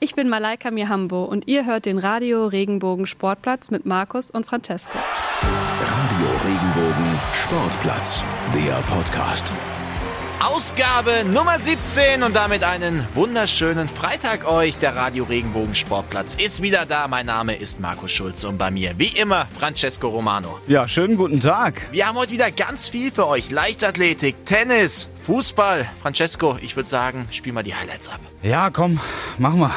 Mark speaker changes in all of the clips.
Speaker 1: Ich bin Malaika Mihambo und ihr hört den Radio Regenbogen Sportplatz mit Markus und Francesco.
Speaker 2: Radio Regenbogen Sportplatz, der Podcast.
Speaker 3: Ausgabe Nummer 17 und damit einen wunderschönen Freitag euch. Der Radio Regenbogen Sportplatz ist wieder da. Mein Name ist Markus Schulze und bei mir wie immer Francesco Romano.
Speaker 4: Ja, schönen guten Tag.
Speaker 3: Wir haben heute wieder ganz viel für euch. Leichtathletik, Tennis, Fußball. Francesco, ich würde sagen, spiel mal die Highlights ab.
Speaker 4: Ja, komm, machen wir.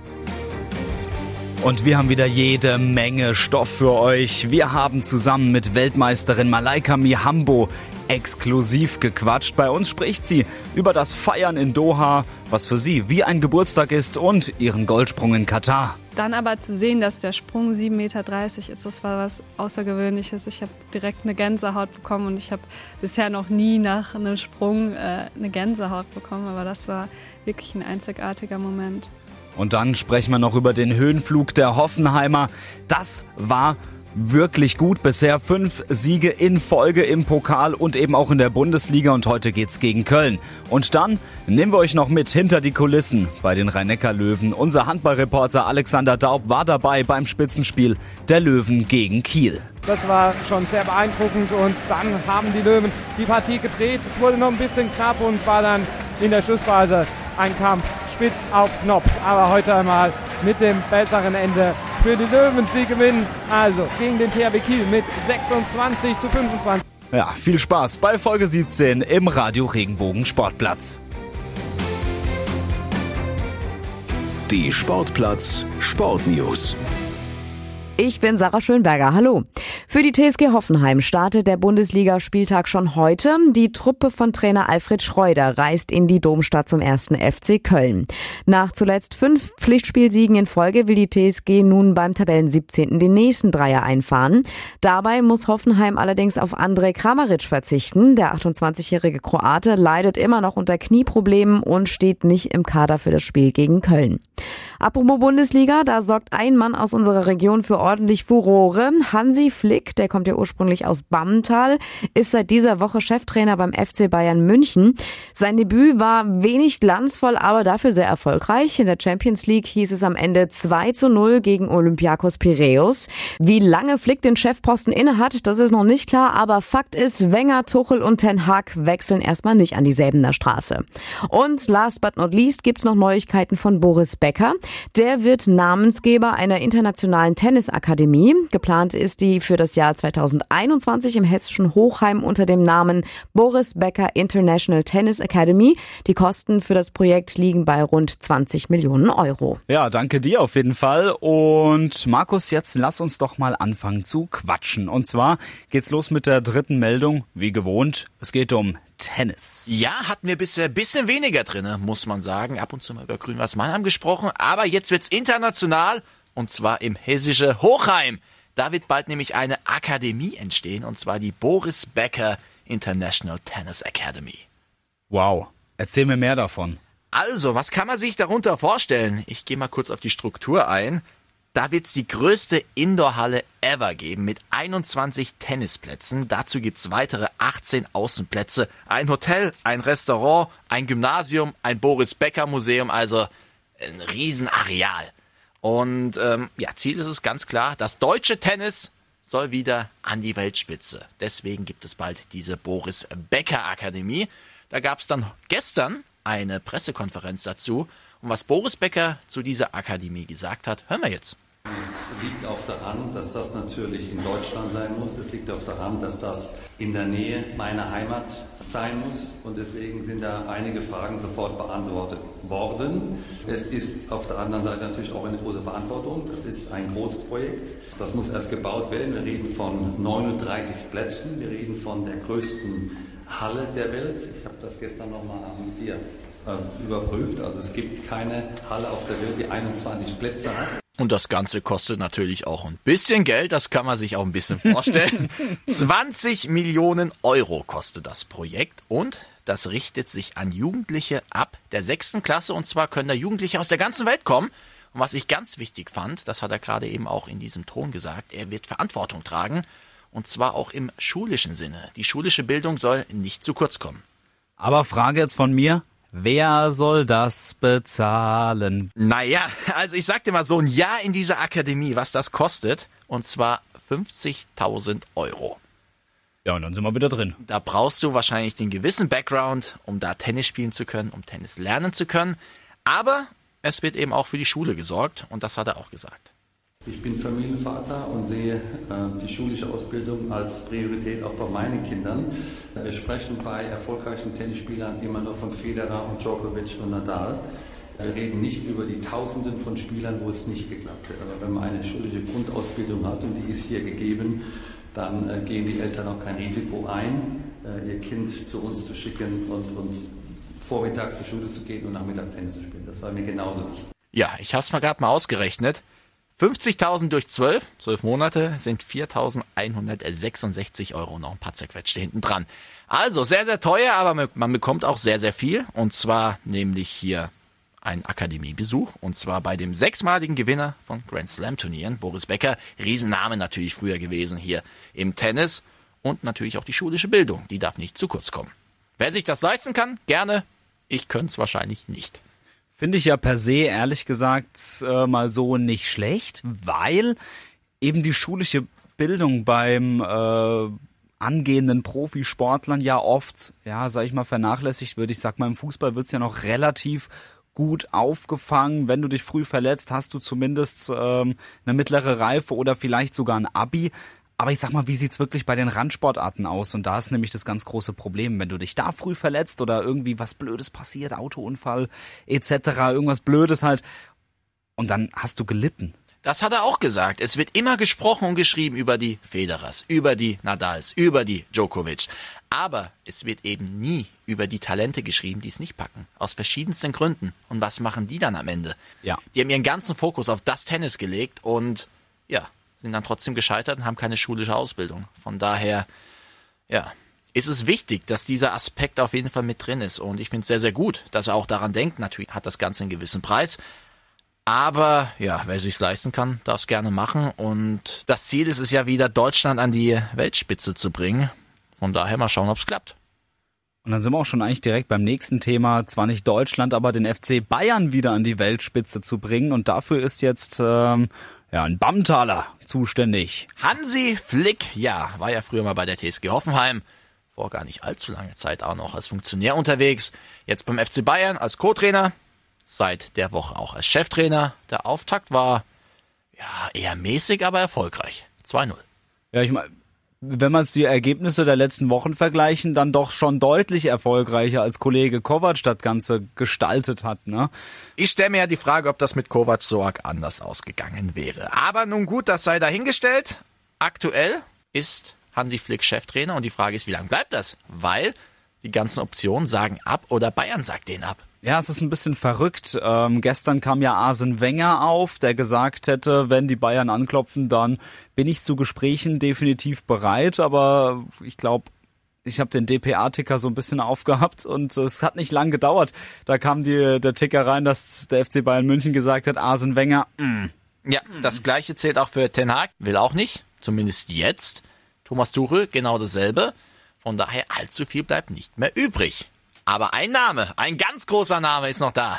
Speaker 4: Und wir haben wieder jede Menge Stoff für euch. Wir haben zusammen mit Weltmeisterin Malaika Mihambo exklusiv gequatscht. Bei uns spricht sie über das Feiern in Doha, was für sie wie ein Geburtstag ist, und ihren Goldsprung in Katar.
Speaker 1: Dann aber zu sehen, dass der Sprung 7,30 Meter ist, das war was Außergewöhnliches. Ich habe direkt eine Gänsehaut bekommen und ich habe bisher noch nie nach einem Sprung eine Gänsehaut bekommen, aber das war wirklich ein einzigartiger Moment.
Speaker 4: Und dann sprechen wir noch über den Höhenflug der Hoffenheimer. Das war wirklich gut. Bisher 5 Siege in Folge im Pokal und eben auch in der Bundesliga. Und heute geht's gegen Köln. Und dann nehmen wir euch noch mit hinter die Kulissen bei den Rhein-Neckar-Löwen. Unser Handballreporter Alexander Daub war dabei beim Spitzenspiel der Löwen gegen Kiel.
Speaker 5: Das war schon sehr beeindruckend und dann haben die Löwen die Partie gedreht. Es wurde noch ein bisschen knapp und war dann in der Schlussphase ein Kampf spitz auf Knopf. Aber heute einmal mit dem besseren Ende für die Löwen. Sie gewinnen also gegen den THW Kiel mit 26:25.
Speaker 4: Ja, viel Spaß bei Folge 17 im Radio Regenbogen Sportplatz.
Speaker 2: Die Sportplatz Sportnews.
Speaker 6: Ich bin Sarah Schönberger. Hallo. Für die TSG Hoffenheim startet der Bundesligaspieltag schon heute. Die Truppe von Trainer Alfred Schreuder reist in die Domstadt zum 1. FC Köln. Nach zuletzt 5 Pflichtspielsiegen in Folge will die TSG nun beim Tabellen 17. den nächsten Dreier einfahren. Dabei muss Hoffenheim allerdings auf Andrej Kramaric verzichten. Der 28-jährige Kroate leidet immer noch unter Knieproblemen und steht nicht im Kader für das Spiel gegen Köln. Apropos Bundesliga, da sorgt ein Mann aus unserer Region für ordentlich Furore. Hansi Flick, der kommt ja ursprünglich aus Bammental, ist seit dieser Woche Cheftrainer beim FC Bayern München. Sein Debüt war wenig glanzvoll, aber dafür sehr erfolgreich. In der Champions League hieß es am Ende 2:0 gegen Olympiakos Piräus. Wie lange Flick den Chefposten innehat, das ist noch nicht klar, aber Fakt ist, Wenger, Tuchel und Ten Hag wechseln erstmal nicht an die Säbener Straße. Und last but not least gibt's noch Neuigkeiten von Boris Becker. Der wird Namensgeber einer internationalen Tennisakademie. Geplant ist die für das Jahr 2021 im hessischen Hochheim unter dem Namen Boris Becker International Tennis Academy. Die Kosten für das Projekt liegen bei rund 20 Millionen Euro.
Speaker 4: Ja, danke dir auf jeden Fall. Und Markus, jetzt lass uns doch mal anfangen zu quatschen. Und zwar geht's los mit der dritten Meldung, wie gewohnt. Es geht um Tennis.
Speaker 3: Ja, hatten wir bisher ein bisschen weniger drinne, muss man sagen. Ab und zu mal über Grün-Weiß Mannheim gesprochen. Aber jetzt wird's international und zwar im hessischen Hochheim. Da wird bald nämlich eine Akademie entstehen und zwar die Boris Becker International Tennis Academy.
Speaker 4: Wow, erzähl mir mehr davon.
Speaker 3: Also, was kann man sich darunter vorstellen? Ich gehe mal kurz auf die Struktur ein. Da wird es die größte Indoor-Halle ever geben mit 21 Tennisplätzen. Dazu gibt es weitere 18 Außenplätze, ein Hotel, ein Restaurant, ein Gymnasium, ein Boris-Becker-Museum, also ein Riesenareal. Und Ziel ist es ganz klar, das deutsche Tennis soll wieder an die Weltspitze. Deswegen gibt es bald diese Boris-Becker-Akademie. Da gab es dann gestern eine Pressekonferenz dazu. Und was Boris Becker zu dieser Akademie gesagt hat, hören wir jetzt.
Speaker 7: Es liegt auf der Hand, dass das natürlich in Deutschland sein muss. Es liegt auf der Hand, dass das in der Nähe meiner Heimat sein muss. Und deswegen sind da einige Fragen sofort beantwortet worden. Es ist auf der anderen Seite natürlich auch eine große Verantwortung. Das ist ein großes Projekt. Das muss erst gebaut werden. Wir reden von 39 Plätzen. Wir reden von der größten Halle der Welt. Ich habe das gestern nochmal mit dir überprüft. Also es gibt keine Halle auf der Welt, die 21 Plätze hat.
Speaker 3: Und das Ganze kostet natürlich auch ein bisschen Geld, das kann man sich auch ein bisschen vorstellen. 20 Millionen Euro kostet das Projekt und das richtet sich an Jugendliche ab der 6. Klasse und zwar können da Jugendliche aus der ganzen Welt kommen. Und was ich ganz wichtig fand, das hat er gerade eben auch in diesem Ton gesagt, er wird Verantwortung tragen und zwar auch im schulischen Sinne. Die schulische Bildung soll nicht zu kurz kommen.
Speaker 4: Aber Frage jetzt von mir, Wer soll das bezahlen?
Speaker 3: Naja, also ich sag dir mal so ein Jahr in dieser Akademie, was das kostet. Und zwar 50.000 €.
Speaker 4: Ja, und dann sind wir wieder drin.
Speaker 3: Da brauchst du wahrscheinlich den gewissen Background, um da Tennis spielen zu können, um Tennis lernen zu können. Aber es wird eben auch für die Schule gesorgt und das hat er auch gesagt.
Speaker 7: Ich bin Familienvater und sehe die schulische Ausbildung als Priorität auch bei meinen Kindern. Wir sprechen bei erfolgreichen Tennisspielern immer nur von Federer und Djokovic und Nadal. Wir reden nicht über die Tausenden von Spielern, wo es nicht geklappt hat. Aber wenn man eine schulische Grundausbildung hat und die ist hier gegeben, dann gehen die Eltern auch kein Risiko ein, ihr Kind zu uns zu schicken und vormittags zur Schule zu gehen und nachmittags Tennis zu spielen. Das war mir genauso wichtig.
Speaker 3: Ja, ich habe es mal gerade mal ausgerechnet. 50.000 durch 12 Monate sind 4.166 € noch ein paar zerquetschte hinten dran. Also sehr, sehr teuer, aber man bekommt auch sehr, sehr viel. Und zwar nämlich hier einen Akademiebesuch. Und zwar bei dem 6-maligen Gewinner von Grand Slam Turnieren, Boris Becker. Riesenname natürlich früher gewesen hier im Tennis. Und natürlich auch die schulische Bildung. Die darf nicht zu kurz kommen. Wer sich das leisten kann, gerne. Ich könnte es wahrscheinlich nicht.
Speaker 4: Finde ich ja per se, ehrlich gesagt, mal so nicht schlecht, weil eben die schulische Bildung beim angehenden Profisportlern ja oft, ja, sag ich mal, vernachlässigt wird. Ich sag mal, im Fußball wird's ja noch relativ gut aufgefangen. Wenn du dich früh verletzt, hast du zumindest eine mittlere Reife oder vielleicht sogar ein Abi. Aber ich sag mal, wie sieht's wirklich bei den Randsportarten aus? Und da ist nämlich das ganz große Problem. Wenn du dich da früh verletzt oder irgendwie was Blödes passiert, Autounfall etc., irgendwas Blödes halt, und dann hast du gelitten.
Speaker 3: Das hat er auch gesagt. Es wird immer gesprochen und geschrieben über die Federers, über die Nadals, über die Djokovic. Aber es wird eben nie über die Talente geschrieben, die es nicht packen. Aus verschiedensten Gründen. Und was machen die dann am Ende?
Speaker 4: Ja.
Speaker 3: Die haben ihren ganzen Fokus auf das Tennis gelegt und ja, sind dann trotzdem gescheitert und haben keine schulische Ausbildung. Von daher, ja, ist es wichtig, dass dieser Aspekt auf jeden Fall mit drin ist. Und ich finde es sehr, sehr gut, dass er auch daran denkt. Natürlich hat das Ganze einen gewissen Preis. Aber ja, wer sich's leisten kann, darf es gerne machen. Und das Ziel ist es ja wieder, Deutschland an die Weltspitze zu bringen. Von daher mal schauen, ob es klappt.
Speaker 4: Und dann sind wir auch schon eigentlich direkt beim nächsten Thema. Zwar nicht Deutschland, aber den FC Bayern wieder an die Weltspitze zu bringen. Und dafür ist jetzt ein Bammentaler zuständig.
Speaker 3: Hansi Flick, ja, war ja früher mal bei der TSG Hoffenheim. Vor gar nicht allzu langer Zeit auch noch als Funktionär unterwegs. Jetzt beim FC Bayern als Co-Trainer. Seit der Woche auch als Cheftrainer. Der Auftakt war ja eher mäßig, aber erfolgreich. 2-0.
Speaker 4: Ja, ich meine, wenn man die Ergebnisse der letzten Wochen vergleichen, dann doch schon deutlich erfolgreicher als Kollege Kovac das Ganze gestaltet hat, ne?
Speaker 3: Ich stelle mir ja die Frage, ob das mit Kovac so arg anders ausgegangen wäre. Aber nun gut, das sei dahingestellt. Aktuell ist Hansi Flick Cheftrainer und die Frage ist, wie lange bleibt das? Weil die ganzen Optionen sagen ab oder Bayern sagt denen ab.
Speaker 4: Ja, es ist ein bisschen verrückt. Gestern kam ja Arsene Wenger auf, der gesagt hätte, wenn die Bayern anklopfen, dann bin ich zu Gesprächen definitiv bereit. Aber ich glaube, ich habe den DPA-Ticker so ein bisschen aufgehabt und es hat nicht lang gedauert. Da kam der Ticker rein, dass der FC Bayern München gesagt hat, Arsene Wenger,
Speaker 3: Ja, das Gleiche zählt auch für Ten Hag. Will auch nicht, zumindest jetzt. Thomas Tuchel, genau dasselbe. Von daher, allzu viel bleibt nicht mehr übrig. Aber ein Name, ein ganz großer Name ist noch da.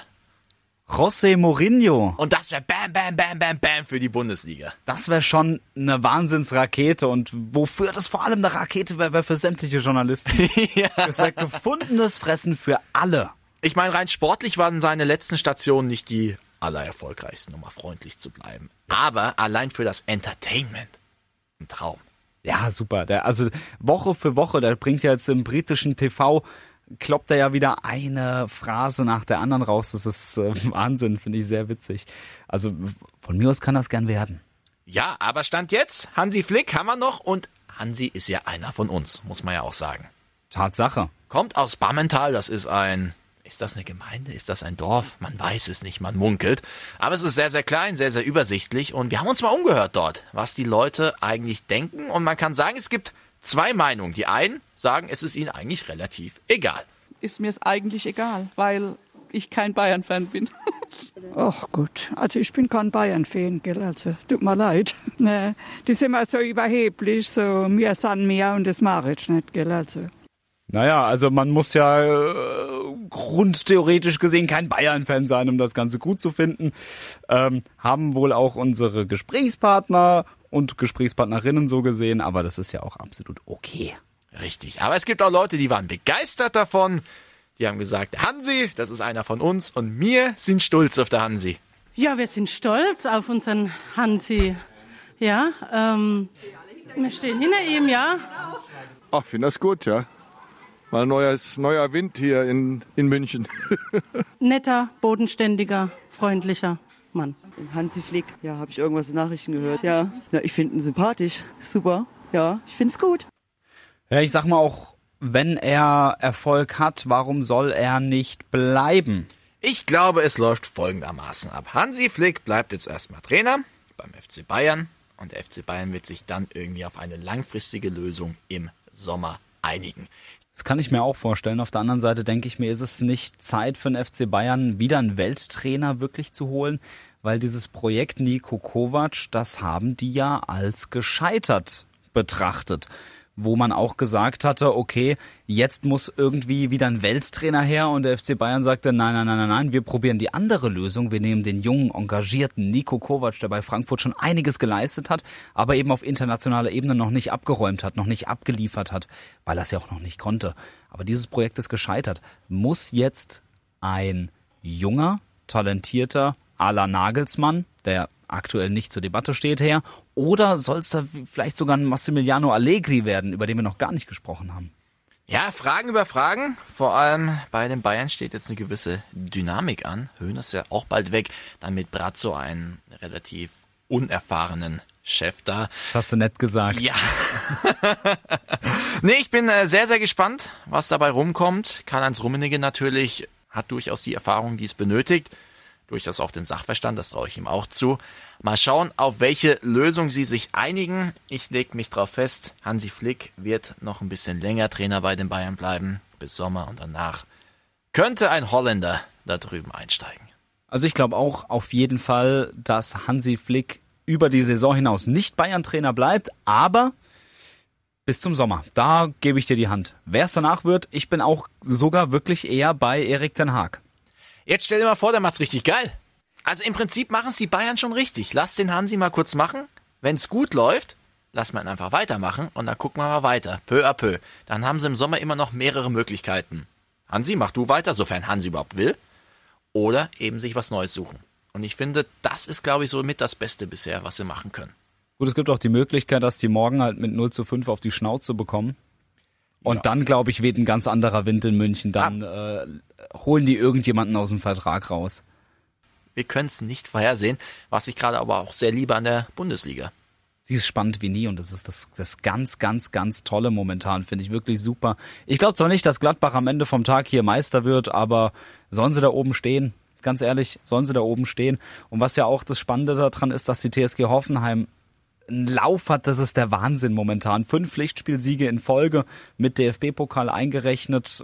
Speaker 4: José Mourinho.
Speaker 3: Und das wäre bam, bam, bam, bam, bam für die Bundesliga.
Speaker 4: Das wäre schon eine Wahnsinnsrakete. Und wofür das vor allem eine Rakete wäre, für sämtliche Journalisten.
Speaker 3: Ja.
Speaker 4: Das wäre gefundenes Fressen für alle.
Speaker 3: Ich meine, rein sportlich waren seine letzten Stationen nicht die allererfolgreichsten, um mal freundlich zu bleiben. Aber allein für das Entertainment ein Traum.
Speaker 4: Ja, super. Also Woche für Woche, der bringt ja jetzt im britischen TV, kloppt er ja wieder eine Phrase nach der anderen raus. Das ist Wahnsinn, finde ich sehr witzig. Also von mir aus kann das gern werden.
Speaker 3: Ja, aber Stand jetzt, Hansi Flick haben wir noch und Hansi ist ja einer von uns, muss man ja auch sagen.
Speaker 4: Tatsache.
Speaker 3: Kommt aus Bammental, das ist das eine Gemeinde, ist das ein Dorf? Man weiß es nicht, man munkelt. Aber es ist sehr, sehr klein, sehr, sehr übersichtlich und wir haben uns mal umgehört dort, was die Leute eigentlich denken und man kann sagen, es gibt zwei Meinungen. Die einen sagen, es ist ihnen eigentlich relativ egal.
Speaker 8: Ist mir es eigentlich egal, weil ich kein Bayern-Fan bin.
Speaker 9: Ach gut, also ich bin kein Bayern-Fan, gell, also tut mir leid. Nee, die sind immer so überheblich, so mir sind mehr und das mache ich nicht, gell, also.
Speaker 4: Naja, also man muss ja grundtheoretisch gesehen kein Bayern-Fan sein, um das Ganze gut zu finden. Haben wohl auch unsere Gesprächspartner und Gesprächspartnerinnen so gesehen, aber das ist ja auch absolut okay.
Speaker 3: Richtig, aber es gibt auch Leute, die waren begeistert davon. Die haben gesagt, der Hansi, das ist einer von uns und wir sind stolz auf der Hansi.
Speaker 10: Ja, wir sind stolz auf unseren Hansi. Ja, wir stehen hinter ihm, ja.
Speaker 11: Ach, ich finde das gut, ja. Mal neuer Wind hier in München.
Speaker 10: Netter, bodenständiger, freundlicher Mann.
Speaker 12: Hansi Flick, ja, habe ich irgendwas in Nachrichten gehört. Ja, ich finde ihn sympathisch, super. Ja, ich finde es gut.
Speaker 4: Ja, ich sag mal auch, wenn er Erfolg hat, warum soll er nicht bleiben?
Speaker 3: Ich glaube, es läuft folgendermaßen ab. Hansi Flick bleibt jetzt erstmal Trainer beim FC Bayern und der FC Bayern wird sich dann irgendwie auf eine langfristige Lösung im Sommer einigen.
Speaker 4: Das kann ich mir auch vorstellen. Auf der anderen Seite denke ich mir, ist es nicht Zeit für den FC Bayern, wieder einen Welttrainer wirklich zu holen? Weil dieses Projekt Niko Kovac, das haben die ja als gescheitert betrachtet. Wo man auch gesagt hatte, okay, jetzt muss irgendwie wieder ein Welttrainer her und der FC Bayern sagte, nein, wir probieren die andere Lösung. Wir nehmen den jungen, engagierten Niko Kovac, der bei Frankfurt schon einiges geleistet hat, aber eben auf internationaler Ebene noch nicht abgeräumt hat, noch nicht abgeliefert hat, weil er es ja auch noch nicht konnte. Aber dieses Projekt ist gescheitert. Muss jetzt ein junger, talentierter à la Nagelsmann, der aktuell nicht zur Debatte steht, her? Oder soll es da vielleicht sogar ein Massimiliano Allegri werden, über den wir noch gar nicht gesprochen haben?
Speaker 3: Ja, Fragen über Fragen. Vor allem bei den Bayern steht jetzt eine gewisse Dynamik an. Höhner ist ja auch bald weg. Dann mit Brazzo einen relativ unerfahrenen Chef da.
Speaker 4: Das hast du nett gesagt.
Speaker 3: Ja. Nee, ich bin sehr, sehr gespannt, was dabei rumkommt. Karl-Heinz Rummenigge natürlich hat durchaus die Erfahrung, die es benötigt. Durchaus auch den Sachverstand, das traue ich ihm auch zu. Mal schauen, auf welche Lösung sie sich einigen. Ich lege mich drauf fest, Hansi Flick wird noch ein bisschen länger Trainer bei den Bayern bleiben, bis Sommer und danach könnte ein Holländer da drüben einsteigen.
Speaker 4: Also ich glaube auch auf jeden Fall, dass Hansi Flick über die Saison hinaus nicht Bayern-Trainer bleibt, aber bis zum Sommer. Da gebe ich dir die Hand. Wer es danach wird, ich bin auch sogar wirklich eher bei Erik ten Hag.
Speaker 3: Jetzt stell dir mal vor, der macht's richtig geil. Also im Prinzip machen es die Bayern schon richtig. Lass den Hansi mal kurz machen. Wenn es gut läuft, lass man ihn einfach weitermachen und dann gucken wir mal weiter, peu à peu. Dann haben sie im Sommer immer noch mehrere Möglichkeiten. Hansi, mach du weiter, sofern Hansi überhaupt will. Oder eben sich was Neues suchen. Und ich finde, das ist, glaube ich, so mit das Beste bisher, was sie machen können.
Speaker 4: Gut, es gibt auch die Möglichkeit, dass die morgen halt mit 0:5 auf die Schnauze bekommen. Und dann, glaube ich, weht ein ganz anderer Wind in München. Dann holen die irgendjemanden aus dem Vertrag raus.
Speaker 3: Wir können es nicht vorhersehen, was ich gerade aber auch sehr liebe an der Bundesliga.
Speaker 4: Sie ist spannend wie nie und das ist das ganz, ganz, ganz Tolle momentan, finde ich wirklich super. Ich glaube zwar nicht, dass Gladbach am Ende vom Tag hier Meister wird, aber sollen sie da oben stehen? Ganz ehrlich, sollen sie da oben stehen? Und was ja auch das Spannende daran ist, dass die TSG Hoffenheim einen Lauf hat, das ist der Wahnsinn momentan. 5 Pflichtspielsiege in Folge mit DFB-Pokal eingerechnet.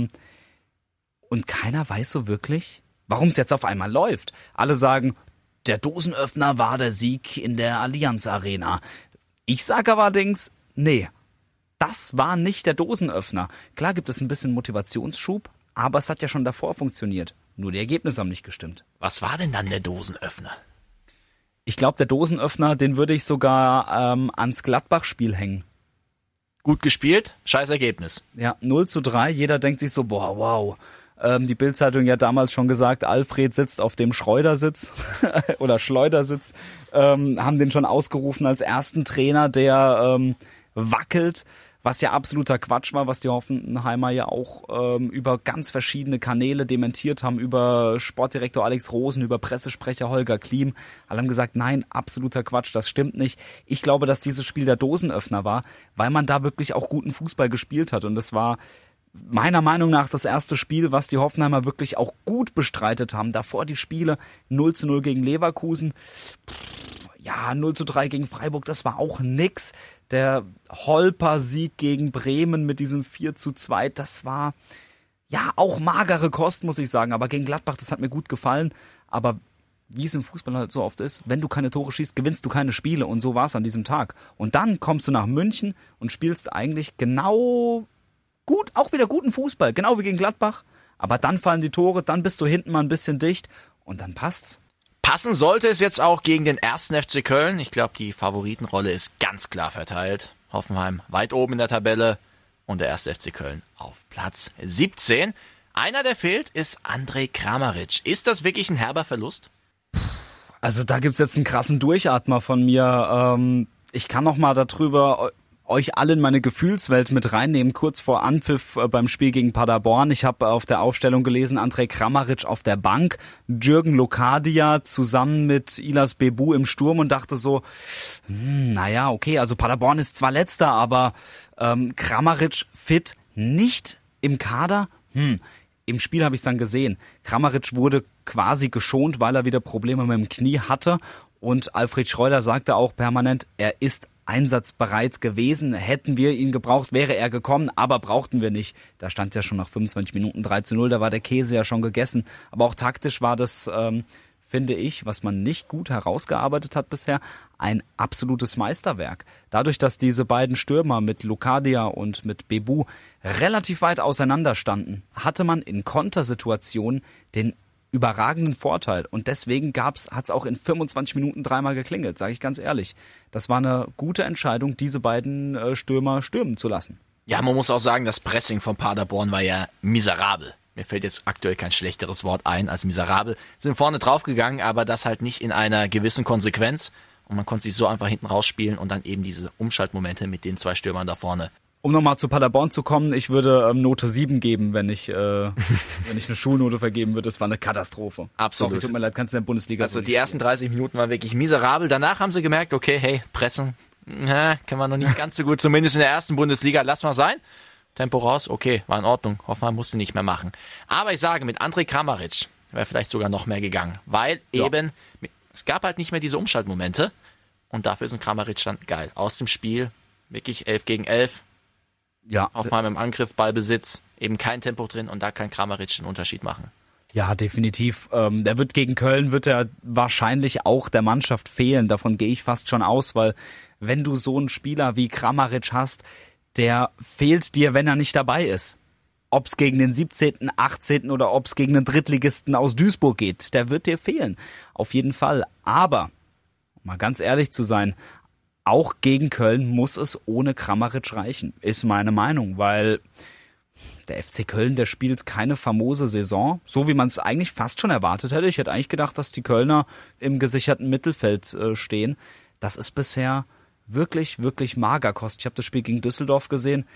Speaker 4: Und keiner weiß so wirklich, warum es jetzt auf einmal läuft. Alle sagen, der Dosenöffner war der Sieg in der Allianz Arena. Ich sage aber allerdings, nee, das war nicht der Dosenöffner. Klar gibt es ein bisschen Motivationsschub, aber es hat ja schon davor funktioniert. Nur die Ergebnisse haben nicht gestimmt.
Speaker 3: Was war denn dann der Dosenöffner?
Speaker 4: Ich glaube, der Dosenöffner, den würde ich sogar ans Gladbach-Spiel hängen.
Speaker 3: Gut gespielt, scheiß Ergebnis.
Speaker 4: Ja, 0:3, jeder denkt sich so, boah, wow. Die Bild-Zeitung ja damals schon gesagt, Alfred sitzt auf dem Schleudersitz oder Schleudersitz, haben den schon ausgerufen als ersten Trainer, der wackelt, was ja absoluter Quatsch war, was die Hoffenheimer ja auch über ganz verschiedene Kanäle dementiert haben, über Sportdirektor Alex Rosen, über Pressesprecher Holger Kliem. Alle haben gesagt, nein, absoluter Quatsch, das stimmt nicht. Ich glaube, dass dieses Spiel der Dosenöffner war, weil man da wirklich auch guten Fußball gespielt hat und das war meiner Meinung nach das erste Spiel, was die Hoffenheimer wirklich auch gut bestreitet haben. Davor die Spiele 0:0 gegen Leverkusen, ja 0:3 gegen Freiburg, das war auch nix. Der Holper-Sieg gegen Bremen mit diesem 4:2, das war ja auch magere Kost, muss ich sagen. Aber gegen Gladbach, das hat mir gut gefallen. Aber wie es im Fußball halt so oft ist, wenn du keine Tore schießt, gewinnst du keine Spiele. Und so war es an diesem Tag. Und dann kommst du nach München und spielst eigentlich genau gut, auch wieder guten Fußball, genau wie gegen Gladbach. Aber dann fallen die Tore, dann bist du hinten mal ein bisschen dicht und dann passt's.
Speaker 3: Passen sollte es jetzt auch gegen den 1. FC Köln. Ich glaube, die Favoritenrolle ist ganz klar verteilt. Hoffenheim weit oben in der Tabelle und der 1. FC Köln auf Platz 17. Einer, der fehlt, ist Andrej Kramaric. Ist das wirklich ein herber Verlust?
Speaker 4: Also da gibt's jetzt einen krassen Durchatmer von mir. Ich kann noch mal darüber euch alle in meine Gefühlswelt mit reinnehmen, kurz vor Anpfiff beim Spiel gegen Paderborn. Ich habe auf der Aufstellung gelesen, Andrej Kramaric auf der Bank, Jürgen Lokadia zusammen mit Ilas Bebu im Sturm und dachte so, naja, okay, also Paderborn ist zwar Letzter, aber Kramaric fit, nicht im Kader. Im Spiel habe ich es dann gesehen. Kramaric wurde quasi geschont, weil er wieder Probleme mit dem Knie hatte. Und Alfred Schreuder sagte auch permanent, er ist einsatzbereit gewesen. Hätten wir ihn gebraucht, wäre er gekommen, aber brauchten wir nicht. Da stand ja schon nach 25 Minuten 3:0, da war der Käse ja schon gegessen. Aber auch taktisch war das, finde ich, was man nicht gut herausgearbeitet hat bisher, ein absolutes Meisterwerk. Dadurch, dass diese beiden Stürmer mit Lokadia und mit Bebu relativ weit auseinander standen, hatte man in Kontersituationen den überragenden Vorteil und deswegen hat's auch in 25 Minuten 3-mal geklingelt, sage ich ganz ehrlich. Das war eine gute Entscheidung, diese beiden Stürmer stürmen zu lassen.
Speaker 3: Ja, man muss auch sagen, das Pressing von Paderborn war ja miserabel. Mir fällt jetzt aktuell kein schlechteres Wort ein als miserabel. Sind vorne draufgegangen, aber das halt nicht in einer gewissen Konsequenz und man konnte sich so einfach hinten rausspielen und dann eben diese Umschaltmomente mit den 2 Stürmern da vorne.
Speaker 4: Um nochmal zu Paderborn zu kommen, ich würde Note 7 geben, wenn ich eine Schulnote vergeben würde. Das war eine Katastrophe.
Speaker 3: Absolut.
Speaker 4: Sorry, tut mir leid, kannst du in der Bundesliga
Speaker 3: Also die ersten 30 Minuten waren wirklich miserabel. Danach haben sie gemerkt, okay, hey, pressen, können wir noch nicht ganz so gut. Zumindest in der ersten Bundesliga, lass mal sein. Tempo raus, okay, war in Ordnung. Hoffenheim musste nicht mehr machen. Aber ich sage, mit Andrej Kramaric wäre vielleicht sogar noch mehr gegangen. Weil eben, es gab halt nicht mehr diese Umschaltmomente. Und dafür ist ein Kramaric dann geil. Aus dem Spiel, wirklich 11 gegen 11.
Speaker 4: Ja.
Speaker 3: Hoffenheim im Angriff, Ballbesitz, eben kein Tempo drin und da kann Kramaric den Unterschied machen.
Speaker 4: Ja, definitiv. Der wird gegen Köln, wird er wahrscheinlich auch der Mannschaft fehlen. Davon gehe ich fast schon aus, weil wenn du so einen Spieler wie Kramaric hast, der fehlt dir, wenn er nicht dabei ist. Ob es gegen den 17., 18. oder ob es gegen einen Drittligisten aus Duisburg geht, der wird dir fehlen. Auf jeden Fall. Aber, um mal ganz ehrlich zu sein, auch gegen Köln muss es ohne Kramaric reichen, ist meine Meinung, weil der FC Köln, der spielt keine famose Saison, so wie man es eigentlich fast schon erwartet hätte. Ich hätte eigentlich gedacht, dass die Kölner im gesicherten Mittelfeld stehen. Das ist bisher wirklich, wirklich Magerkost. Ich habe das Spiel gegen Düsseldorf gesehen.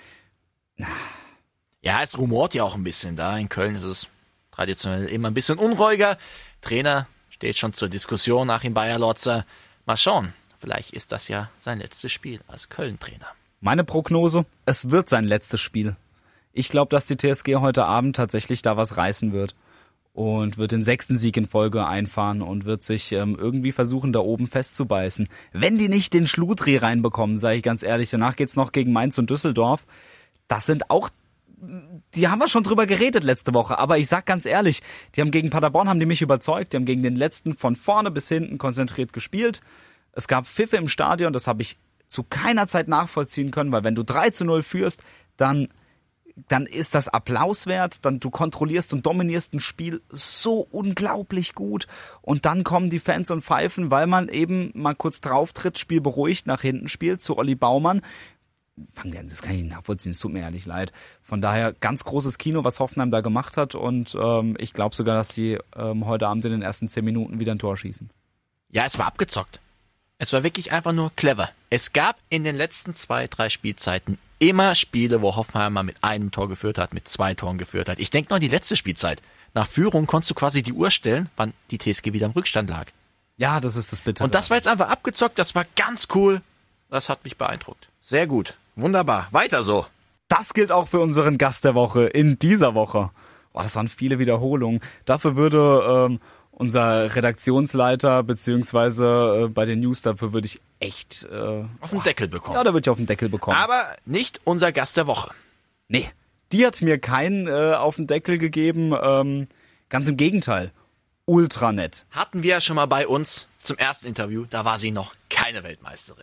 Speaker 3: Ja, es rumort ja auch ein bisschen da. In Köln ist es traditionell immer ein bisschen unruhiger. Trainer steht schon zur Diskussion nach dem Bayer-Lotzer. Mal schauen. Vielleicht ist das ja sein letztes Spiel als Köln-Trainer.
Speaker 4: Meine Prognose, es wird sein letztes Spiel. Ich glaube, dass die TSG heute Abend tatsächlich da was reißen wird und wird den 6. Sieg in Folge einfahren und wird sich irgendwie versuchen, da oben festzubeißen. Wenn die nicht den Schludri reinbekommen, sage ich ganz ehrlich, danach geht's noch gegen Mainz und Düsseldorf. Das sind auch, die haben wir schon drüber geredet letzte Woche, aber ich sag ganz ehrlich, die haben gegen Paderborn, haben die mich überzeugt, die haben gegen den letzten von vorne bis hinten konzentriert gespielt. Es gab Pfiffe im Stadion, das habe ich zu keiner Zeit nachvollziehen können, weil wenn du 3:0 führst, dann ist das Applaus wert, dann du kontrollierst und dominierst ein Spiel so unglaublich gut und dann kommen die Fans und pfeifen, weil man eben mal kurz drauf tritt, Spiel beruhigt, nach hinten spielt zu Olli Baumann. Das kann ich nicht nachvollziehen, es tut mir ehrlich leid. Von daher ganz großes Kino, was Hoffenheim da gemacht hat und ich glaube sogar, dass die heute Abend in den ersten 10 Minuten wieder ein Tor schießen.
Speaker 3: Ja, es war abgezockt. Es war wirklich einfach nur clever. Es gab in den letzten 2-3 Spielzeiten immer Spiele, wo Hoffenheim mal mit einem Tor geführt hat, mit 2 Toren geführt hat. Ich denke nur an die letzte Spielzeit. Nach Führung konntest du quasi die Uhr stellen, wann die TSG wieder im Rückstand lag.
Speaker 4: Ja, das ist das Bittere.
Speaker 3: Und das war jetzt einfach abgezockt, das war ganz cool. Das hat mich beeindruckt. Sehr gut. Wunderbar. Weiter so.
Speaker 4: Das gilt auch für unseren Gast der Woche in dieser Woche. Boah, das waren viele Wiederholungen. Dafür würde unser Redaktionsleiter, beziehungsweise bei den News, dafür würde ich echt
Speaker 3: auf den Deckel bekommen.
Speaker 4: Ja, da würde ich auf den Deckel bekommen.
Speaker 3: Aber nicht unser Gast der Woche.
Speaker 4: Nee, die hat mir keinen auf den Deckel gegeben. Ganz im Gegenteil. Ultra nett.
Speaker 3: Hatten wir ja schon mal bei uns zum ersten Interview, da war sie noch keine Weltmeisterin.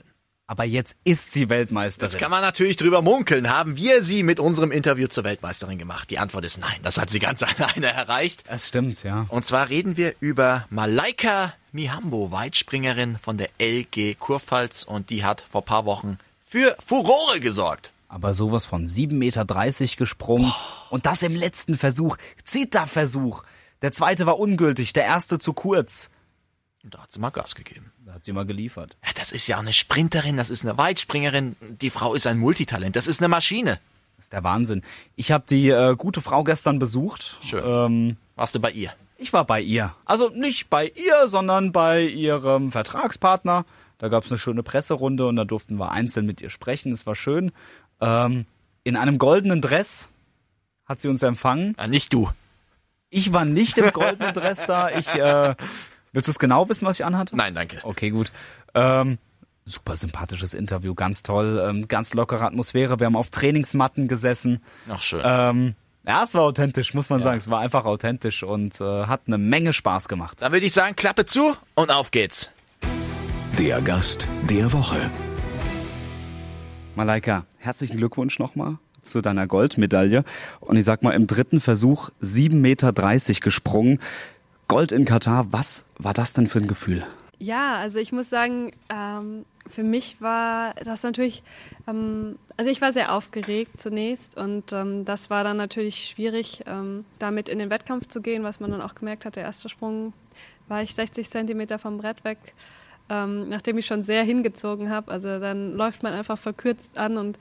Speaker 4: Aber jetzt ist sie Weltmeisterin.
Speaker 3: Jetzt kann man natürlich drüber munkeln. Haben wir sie mit unserem Interview zur Weltmeisterin gemacht? Die Antwort ist nein. Das hat sie ganz alleine erreicht.
Speaker 4: Das stimmt, ja.
Speaker 3: Und zwar reden wir über Malaika Mihambo, Weitspringerin von der LG Kurpfalz. Und die hat vor ein paar Wochen für Furore gesorgt.
Speaker 4: Aber sowas von 7,30 Meter gesprungen. Und das im letzten Versuch. Zitterversuch. Der zweite war ungültig, der erste zu kurz.
Speaker 3: Und da hat sie mal Gas gegeben.
Speaker 4: Da hat sie mal geliefert.
Speaker 3: Ja, das ist ja auch eine Sprinterin, das ist eine Weitspringerin. Die Frau ist ein Multitalent, das ist eine Maschine.
Speaker 4: Das ist der Wahnsinn. Ich habe die gute Frau gestern besucht.
Speaker 3: Schön. Warst du bei ihr?
Speaker 4: Ich war bei ihr. Also nicht bei ihr, sondern bei ihrem Vertragspartner. Da gab es eine schöne Presserunde und da durften wir einzeln mit ihr sprechen. Es war schön. In einem goldenen Dress hat sie uns empfangen.
Speaker 3: Ja, nicht du.
Speaker 4: Ich war nicht im goldenen Dress da. Willst du es genau wissen, was ich anhatte?
Speaker 3: Nein, danke.
Speaker 4: Okay, gut. Super sympathisches Interview, ganz toll. Ganz lockere Atmosphäre. Wir haben auf Trainingsmatten gesessen.
Speaker 3: Ach, schön.
Speaker 4: Ja, es war authentisch, muss man sagen. Es war einfach authentisch und hat eine Menge Spaß gemacht.
Speaker 3: Dann würde ich sagen, Klappe zu und auf geht's.
Speaker 2: Der Gast der Woche.
Speaker 4: Malaika, herzlichen Glückwunsch nochmal zu deiner Goldmedaille. Und ich sag mal, im dritten Versuch 7,30 Meter gesprungen. Gold in Katar, was war das denn für ein Gefühl?
Speaker 1: Ja, also ich muss sagen, für mich war das natürlich, also ich war sehr aufgeregt zunächst und das war dann natürlich schwierig, damit in den Wettkampf zu gehen, was man dann auch gemerkt hat, der erste Sprung war ich 60 Zentimeter vom Brett weg, nachdem ich schon sehr hingezogen habe. Also dann läuft man einfach verkürzt an und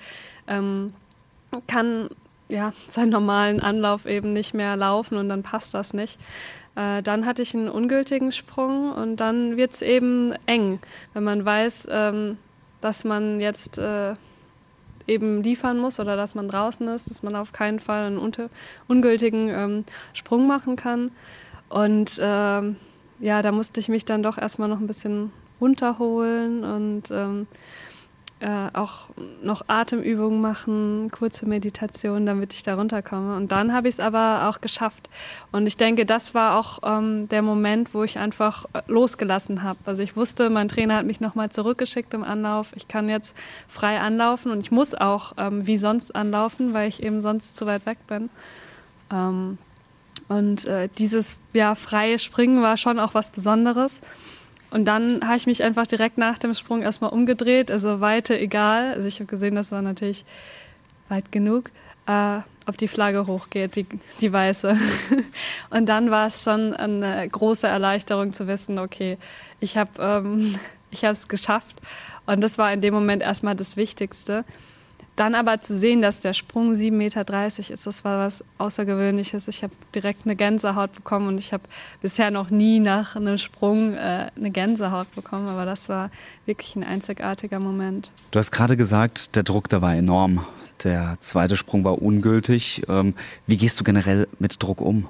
Speaker 1: kann seinen normalen Anlauf eben nicht mehr laufen und dann passt das nicht. Dann hatte ich einen ungültigen Sprung und dann wird es eben eng, wenn man weiß, dass man jetzt eben liefern muss oder dass man draußen ist, dass man auf keinen Fall einen ungültigen Sprung machen kann. Und da musste ich mich dann doch erstmal noch ein bisschen runterholen und auch noch Atemübungen machen, kurze Meditation, damit ich da runterkomme. Und dann habe ich es aber auch geschafft. Und ich denke, das war auch der Moment, wo ich einfach losgelassen habe. Also ich wusste, mein Trainer hat mich nochmal zurückgeschickt im Anlauf. Ich kann jetzt frei anlaufen und ich muss auch wie sonst anlaufen, weil ich eben sonst zu weit weg bin. Dieses freie Springen war schon auch was Besonderes. Und dann habe ich mich einfach direkt nach dem Sprung erstmal umgedreht, also Weite egal. Also ich habe gesehen, das war natürlich weit genug, ob die Flagge hochgeht, die weiße. Und dann war es schon eine große Erleichterung zu wissen, okay, ich habe es geschafft. Und das war in dem Moment erstmal das Wichtigste. Dann aber zu sehen, dass der Sprung 7,30 Meter ist, das war was Außergewöhnliches. Ich habe direkt eine Gänsehaut bekommen und ich habe bisher noch nie nach einem Sprung eine Gänsehaut bekommen, aber das war wirklich ein einzigartiger Moment.
Speaker 4: Du hast gerade gesagt, der Druck, der war enorm. Der zweite Sprung war ungültig. Wie gehst du generell mit Druck um?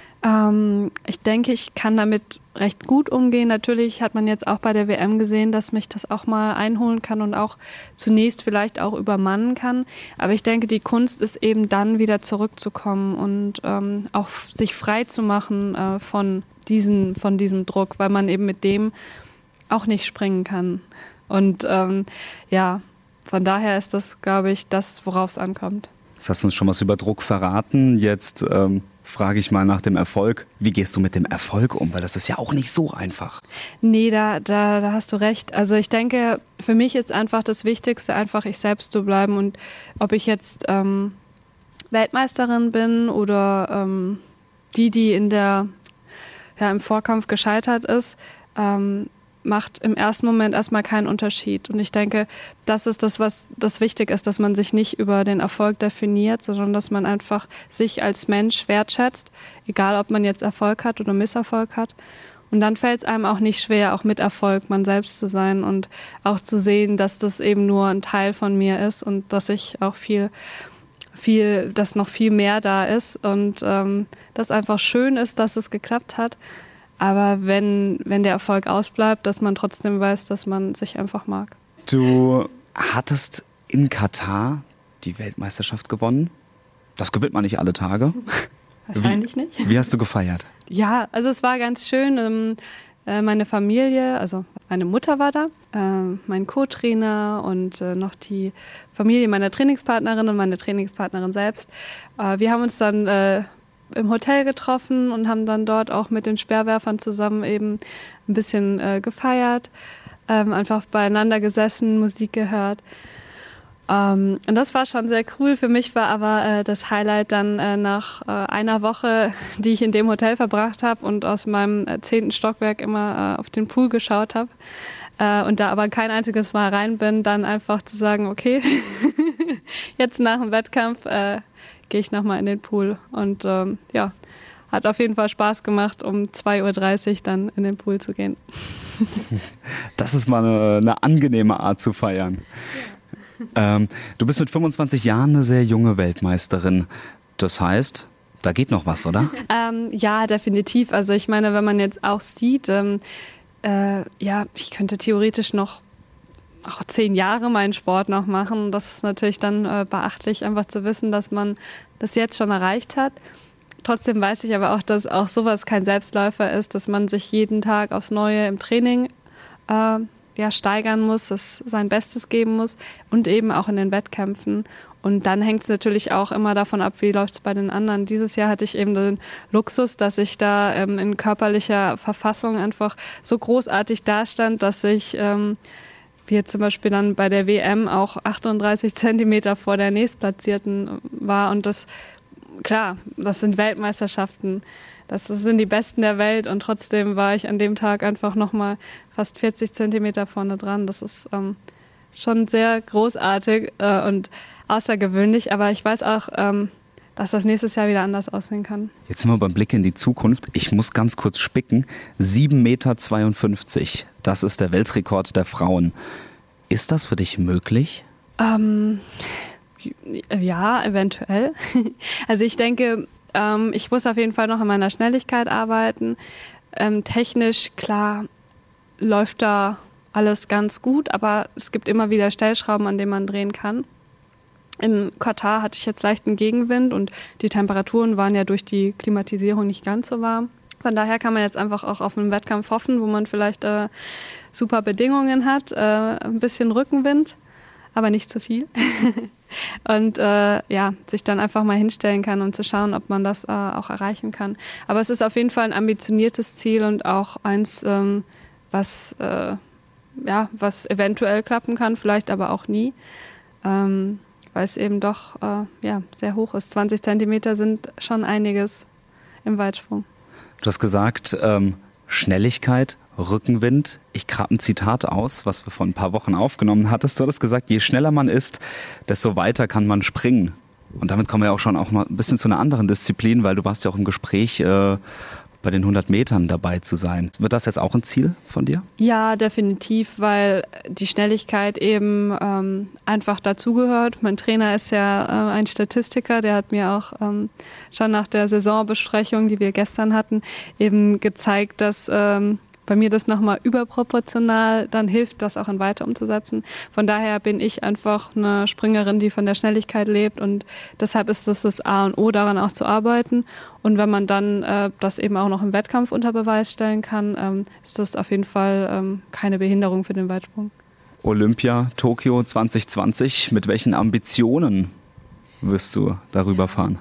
Speaker 1: Ich denke, ich kann damit recht gut umgehen. Natürlich hat man jetzt auch bei der WM gesehen, dass mich das auch mal einholen kann und auch zunächst vielleicht auch übermannen kann. Aber ich denke, die Kunst ist eben dann wieder zurückzukommen und auch sich frei zu machen von diesem Druck, weil man eben mit dem auch nicht springen kann. Und von daher ist das, glaube ich, das, worauf es ankommt.
Speaker 4: Jetzt hast du uns schon was über Druck verraten. Jetzt frage ich mal nach dem Erfolg. Wie gehst du mit dem Erfolg um? Weil das ist ja auch nicht so einfach.
Speaker 1: Nee, da hast du recht. Also ich denke, für mich ist einfach das Wichtigste, einfach ich selbst zu bleiben. Und ob ich jetzt Weltmeisterin bin oder die im Vorkampf gescheitert ist, macht im ersten Moment erstmal keinen Unterschied. Und ich denke, das ist das, was das wichtig ist, dass man sich nicht über den Erfolg definiert, sondern dass man einfach sich als Mensch wertschätzt, egal ob man jetzt Erfolg hat oder Misserfolg hat. Und dann fällt es einem auch nicht schwer, auch mit Erfolg man selbst zu sein und auch zu sehen, dass das eben nur ein Teil von mir ist und dass ich auch dass noch viel mehr da ist und dass einfach schön ist, dass es geklappt hat. Aber wenn der Erfolg ausbleibt, dass man trotzdem weiß, dass man sich einfach mag.
Speaker 4: Du hattest in Katar die Weltmeisterschaft gewonnen. Das gewinnt man nicht alle Tage.
Speaker 1: Wahrscheinlich nicht.
Speaker 4: Wie hast du gefeiert?
Speaker 1: Ja, also es war ganz schön. meine Familie, also meine Mutter war da, mein Co-Trainer und noch die Familie meiner Trainingspartnerin und meine Trainingspartnerin selbst. Wir haben uns dann im Hotel getroffen und haben dann dort auch mit den Speerwerfern zusammen eben ein bisschen gefeiert, einfach beieinander gesessen, Musik gehört. Und das war schon sehr cool. Für mich war aber das Highlight dann nach einer Woche, die ich in dem Hotel verbracht habe und aus meinem 10. Stockwerk immer auf den Pool geschaut habe und da aber kein einziges Mal rein bin, dann einfach zu sagen, okay, jetzt nach dem Wettkampf gehe ich nochmal in den Pool. Und ja, hat auf jeden Fall Spaß gemacht, um 2:30 Uhr dann in den Pool zu gehen.
Speaker 4: Das ist mal eine angenehme Art zu feiern. Ja. Du bist mit 25 Jahren eine sehr junge Weltmeisterin. Das heißt, da geht noch was, oder?
Speaker 1: Ja, definitiv. Also ich meine, wenn man jetzt auch sieht, ja, ich könnte theoretisch noch auch 10 Jahre meinen Sport noch machen. Das ist natürlich dann beachtlich, einfach zu wissen, dass man das jetzt schon erreicht hat. Trotzdem weiß ich aber auch, dass auch sowas kein Selbstläufer ist, dass man sich jeden Tag aufs Neue im Training steigern muss, das sein Bestes geben muss und eben auch in den Wettkämpfen. Und dann hängt es natürlich auch immer davon ab, wie läuft es bei den anderen. Dieses Jahr hatte ich eben den Luxus, dass ich da in körperlicher Verfassung einfach so großartig dastand, dass ich wie jetzt zum Beispiel dann bei der WM auch 38 Zentimeter vor der Nächstplatzierten war. Und das, klar, das sind Weltmeisterschaften. Das sind die Besten der Welt und trotzdem war ich an dem Tag einfach nochmal fast 40 Zentimeter vorne dran. Das ist schon sehr großartig und außergewöhnlich, aber ich weiß auch, dass das nächstes Jahr wieder anders aussehen kann.
Speaker 4: Jetzt sind wir beim Blick in die Zukunft. Ich muss ganz kurz spicken. 7,52 Meter, das ist der Weltrekord der Frauen. Ist das für dich möglich?
Speaker 1: Ja, eventuell. Also ich denke, ich muss auf jeden Fall noch an meiner Schnelligkeit arbeiten. Technisch, klar, läuft da alles ganz gut, aber es gibt immer wieder Stellschrauben, an denen man drehen kann. In Katar hatte ich jetzt leichten Gegenwind und die Temperaturen waren ja durch die Klimatisierung nicht ganz so warm. Von daher kann man jetzt einfach auch auf einen Wettkampf hoffen, wo man vielleicht super Bedingungen hat, ein bisschen Rückenwind, aber nicht zu viel. Und sich dann einfach mal hinstellen kann, um zu schauen, ob man das auch erreichen kann. Aber es ist auf jeden Fall ein ambitioniertes Ziel und auch eins, was eventuell klappen kann, vielleicht aber auch nie, weil es eben doch sehr hoch ist. 20 Zentimeter sind schon einiges im Weitsprung.
Speaker 4: Du hast gesagt, Schnelligkeit, Rückenwind. Ich grabe ein Zitat aus, was wir vor ein paar Wochen aufgenommen hattest. Du hattest gesagt, je schneller man ist, desto weiter kann man springen. Und damit kommen wir auch schon mal ein bisschen zu einer anderen Disziplin, weil du warst ja auch im Gespräch, bei den 100 Metern dabei zu sein. Wird das jetzt auch ein Ziel von dir?
Speaker 1: Ja, definitiv, weil die Schnelligkeit eben einfach dazugehört. Mein Trainer ist ja ein Statistiker, der hat mir auch schon nach der Saisonbesprechung, die wir gestern hatten, eben gezeigt, dass bei mir das nochmal überproportional dann hilft, das auch in weiter umzusetzen. Von daher bin ich einfach eine Springerin, die von der Schnelligkeit lebt und deshalb ist das A und O, daran auch zu arbeiten. Und wenn man dann das eben auch noch im Wettkampf unter Beweis stellen kann, ist das auf jeden Fall keine Behinderung für den Weitsprung.
Speaker 4: Olympia, Tokio 2020, mit welchen Ambitionen wirst du darüber fahren?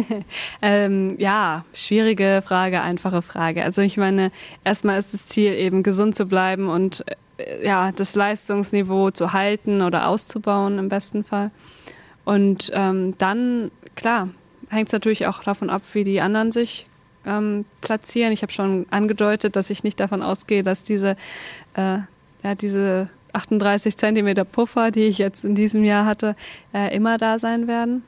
Speaker 1: Schwierige Frage, einfache Frage. Also ich meine, erstmal ist das Ziel eben gesund zu bleiben und das Leistungsniveau zu halten oder auszubauen im besten Fall. Und dann, klar, hängt es natürlich auch davon ab, wie die anderen sich platzieren. Ich habe schon angedeutet, dass ich nicht davon ausgehe, dass diese 38 Zentimeter Puffer, die ich jetzt in diesem Jahr hatte, immer da sein werden.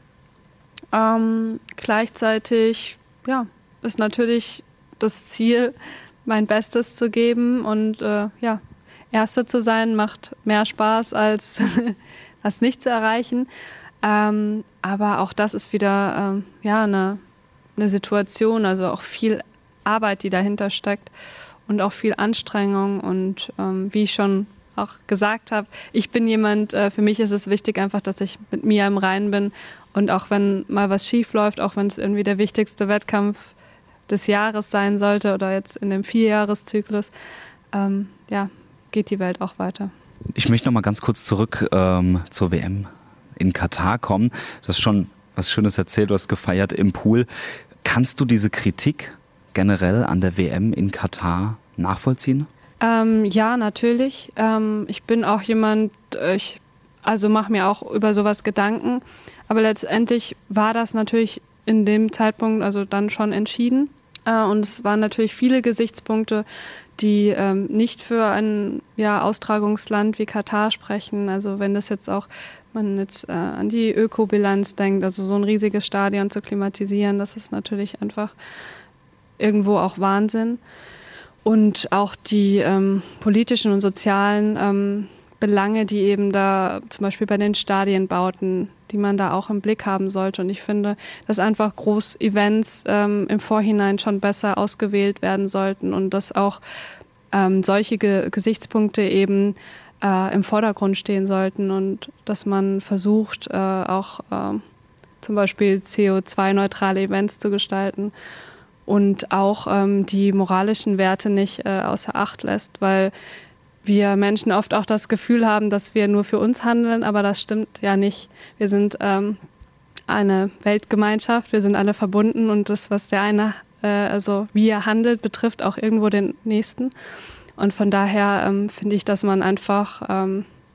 Speaker 1: Gleichzeitig ist natürlich das Ziel, mein Bestes zu geben und Erste zu sein, macht mehr Spaß als das nicht zu erreichen. Aber auch das ist wieder eine Situation, also auch viel Arbeit, die dahinter steckt und auch viel Anstrengung und wie ich schon auch gesagt habe, ich bin jemand, für mich ist es wichtig einfach, dass ich mit mir im Reinen bin und auch wenn mal was schief läuft, auch wenn es irgendwie der wichtigste Wettkampf des Jahres sein sollte oder jetzt in dem 4-Jahres-Zyklus, geht die Welt auch weiter.
Speaker 4: Ich möchte noch mal ganz kurz zurück zur WM in Katar kommen. Du hast schon was Schönes erzählt, du hast gefeiert im Pool. Kannst du diese Kritik generell an der WM in Katar nachvollziehen?
Speaker 1: Ja, natürlich. Ich bin auch jemand, mache mir auch über sowas Gedanken. Aber letztendlich war das natürlich in dem Zeitpunkt also dann schon entschieden. Und es waren natürlich viele Gesichtspunkte, die nicht für ein Austragungsland wie Katar sprechen. Also wenn das jetzt auch man jetzt an die Ökobilanz denkt, also so ein riesiges Stadion zu klimatisieren, das ist natürlich einfach irgendwo auch Wahnsinn. Und auch die politischen und sozialen Belange, die eben da zum Beispiel bei den Stadienbauten, die man da auch im Blick haben sollte. Und ich finde, dass einfach Groß-Events im Vorhinein schon besser ausgewählt werden sollten und dass auch solche Gesichtspunkte eben im Vordergrund stehen sollten und dass man versucht, auch zum Beispiel CO2-neutrale Events zu gestalten und auch die moralischen Werte nicht außer Acht lässt, weil wir Menschen oft auch das Gefühl haben, dass wir nur für uns handeln, aber das stimmt ja nicht. Wir sind eine Weltgemeinschaft, wir sind alle verbunden und das, was der eine, wie er handelt, betrifft auch irgendwo den Nächsten. Und von daher finde ich, dass man einfach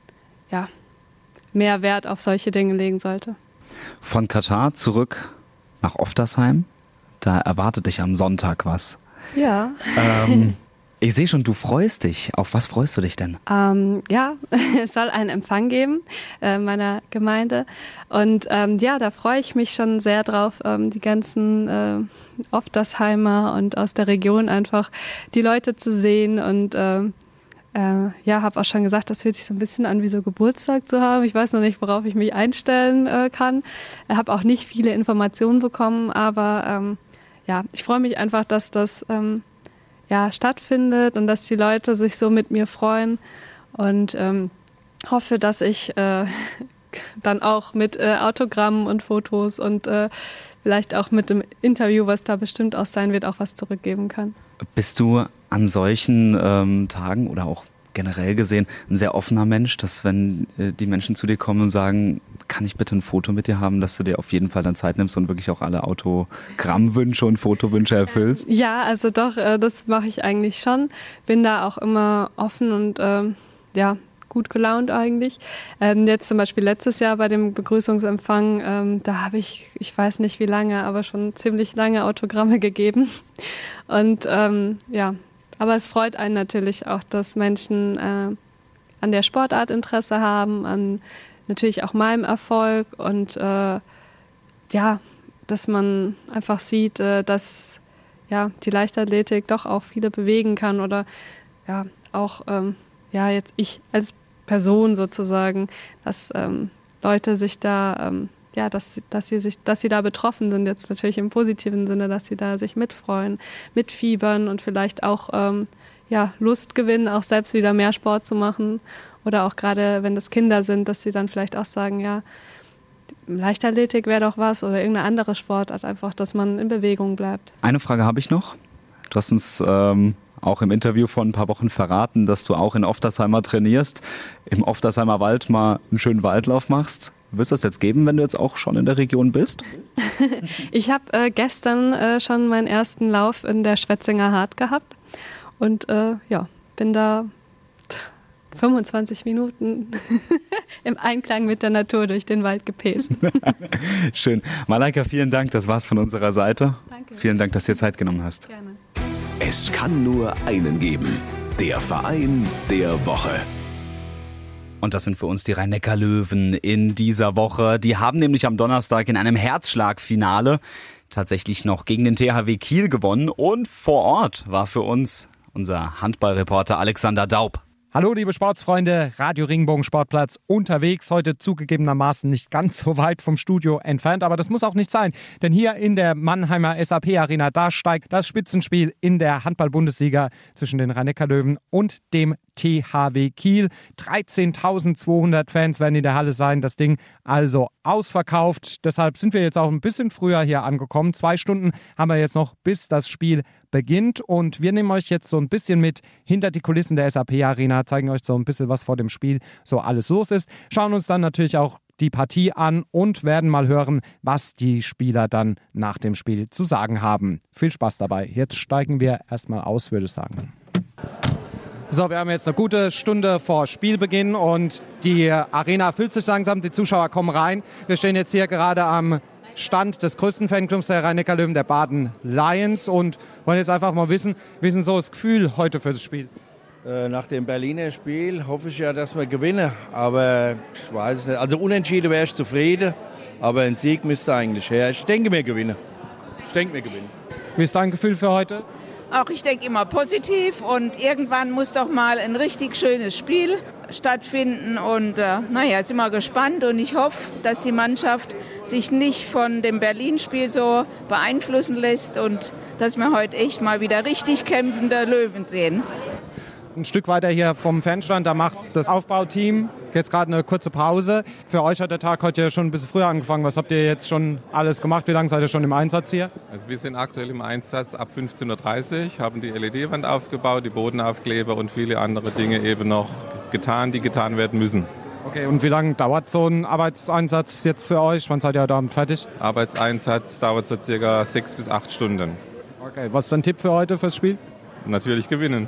Speaker 1: mehr Wert auf solche Dinge legen sollte.
Speaker 4: Von Katar zurück nach Oftersheim. Da erwartet dich am Sonntag was.
Speaker 1: Ja.
Speaker 4: Ich sehe schon, du freust dich. Auf was freust du dich denn?
Speaker 1: Es soll einen Empfang geben meiner Gemeinde. Und da freue ich mich schon sehr drauf, die ganzen Oftersheimer und aus der Region einfach die Leute zu sehen. Und habe auch schon gesagt, das fühlt sich so ein bisschen an wie so Geburtstag zu haben. Ich weiß noch nicht, worauf ich mich einstellen kann. Ich habe auch nicht viele Informationen bekommen, aber ich freue mich einfach, dass das stattfindet und dass die Leute sich so mit mir freuen und hoffe, dass ich dann auch mit Autogrammen und Fotos und vielleicht auch mit dem Interview, was da bestimmt auch sein wird, auch was zurückgeben kann.
Speaker 4: Bist du an solchen Tagen oder auch generell gesehen ein sehr offener Mensch, dass wenn die Menschen zu dir kommen und sagen, kann ich bitte ein Foto mit dir haben, dass du dir auf jeden Fall dann Zeit nimmst und wirklich auch alle Autogrammwünsche und Fotowünsche erfüllst?
Speaker 1: Ja, also doch, das mache ich eigentlich schon. Bin da auch immer offen und gut gelaunt eigentlich. Jetzt zum Beispiel letztes Jahr bei dem Begrüßungsempfang, da habe ich weiß nicht wie lange, aber schon ziemlich lange Autogramme gegeben. Und aber es freut einen natürlich auch, dass Menschen an der Sportart Interesse haben, an natürlich auch meinem Erfolg und dass man einfach sieht, dass die Leichtathletik doch auch viele bewegen kann oder jetzt ich als Person sozusagen, dass Leute sich da dass sie da betroffen sind, jetzt natürlich im positiven Sinne, dass sie da sich mitfreuen, mitfiebern und vielleicht auch Lust gewinnen, auch selbst wieder mehr Sport zu machen. Oder auch gerade, wenn das Kinder sind, dass sie dann vielleicht auch sagen, Leichtathletik wäre doch was oder irgendeine andere Sportart, einfach, dass man in Bewegung bleibt.
Speaker 4: Eine Frage habe ich noch. Du hast uns auch im Interview vor ein paar Wochen verraten, dass du auch in Oftersheimer trainierst, im Oftersheimer Wald mal einen schönen Waldlauf machst. Wirst du das jetzt geben, wenn du jetzt auch schon in der Region bist?
Speaker 1: Ich habe gestern schon meinen ersten Lauf in der Schwetzinger Hart gehabt und bin da 25 Minuten im Einklang mit der Natur durch den Wald gepäst.
Speaker 4: Schön. Malaika, vielen Dank, das war's von unserer Seite.
Speaker 1: Danke.
Speaker 4: Vielen Dank, dass du dir Zeit genommen hast.
Speaker 1: Gerne.
Speaker 2: Es kann nur einen geben. Der Verein der Woche.
Speaker 4: Und das sind für uns die Rhein-Neckar-Löwen in dieser Woche. Die haben nämlich am Donnerstag in einem Herzschlagfinale tatsächlich noch gegen den THW Kiel gewonnen. Und vor Ort war für uns unser Handballreporter Alexander Daub.
Speaker 5: Hallo liebe Sportsfreunde, Radio Regenbogen Sportplatz unterwegs, heute zugegebenermaßen nicht ganz so weit vom Studio entfernt, aber das muss auch nicht sein, denn hier in der Mannheimer SAP Arena, da steigt das Spitzenspiel in der Handball-Bundesliga zwischen den Rhein-Neckar-Löwen und dem THW Kiel. 13.200 Fans werden in der Halle sein, das Ding also ausverkauft, deshalb sind wir jetzt auch ein bisschen früher hier angekommen. 2 Stunden haben wir jetzt noch, bis das Spiel beginnt und wir nehmen euch jetzt so ein bisschen mit hinter die Kulissen der SAP Arena, zeigen euch so ein bisschen, was vor dem Spiel so alles los ist, schauen uns dann natürlich auch die Partie an und werden mal hören, was die Spieler dann nach dem Spiel zu sagen haben. Viel Spaß dabei. Jetzt steigen wir erstmal aus, würde ich sagen. So, wir haben jetzt eine gute Stunde vor Spielbeginn und die Arena füllt sich langsam, die Zuschauer kommen rein. Wir stehen jetzt hier gerade am Stand des größten Fanclubs der Rhein-Neckar-Löwen, der Baden Lions, und wollen jetzt einfach mal wissen, wie ist denn so das Gefühl heute für das Spiel?
Speaker 13: Nach dem Berliner Spiel hoffe ich ja, dass wir gewinnen, aber ich weiß es nicht. Also unentschieden wäre ich zufrieden, aber ein Sieg müsste eigentlich her. Ich denke, wir gewinnen.
Speaker 5: Wie ist dein Gefühl für heute?
Speaker 14: Auch ich denke immer positiv und irgendwann muss doch mal ein richtig schönes Spiel stattfinden und sind wir gespannt und ich hoffe, dass die Mannschaft sich nicht von dem Berlin-Spiel so beeinflussen lässt und dass wir heute echt mal wieder richtig kämpfende Löwen sehen.
Speaker 5: Ein Stück weiter hier vom Fanstand, da macht das Aufbauteam jetzt gerade eine kurze Pause. Für euch hat der Tag heute ja schon ein bisschen früher angefangen. Was habt ihr jetzt schon alles gemacht? Wie lange seid ihr schon im Einsatz hier?
Speaker 15: Also wir sind aktuell im Einsatz ab 15.30 Uhr, haben die LED-Wand aufgebaut, die Bodenaufkleber und viele andere Dinge eben noch getan, die getan werden müssen.
Speaker 5: Okay, und wie lange dauert so ein Arbeitseinsatz jetzt für euch? Wann seid ihr heute Abend fertig?
Speaker 15: Arbeitseinsatz dauert so circa 6 bis 8 Stunden.
Speaker 5: Okay, was ist dein Tipp für heute fürs Spiel?
Speaker 15: Natürlich gewinnen.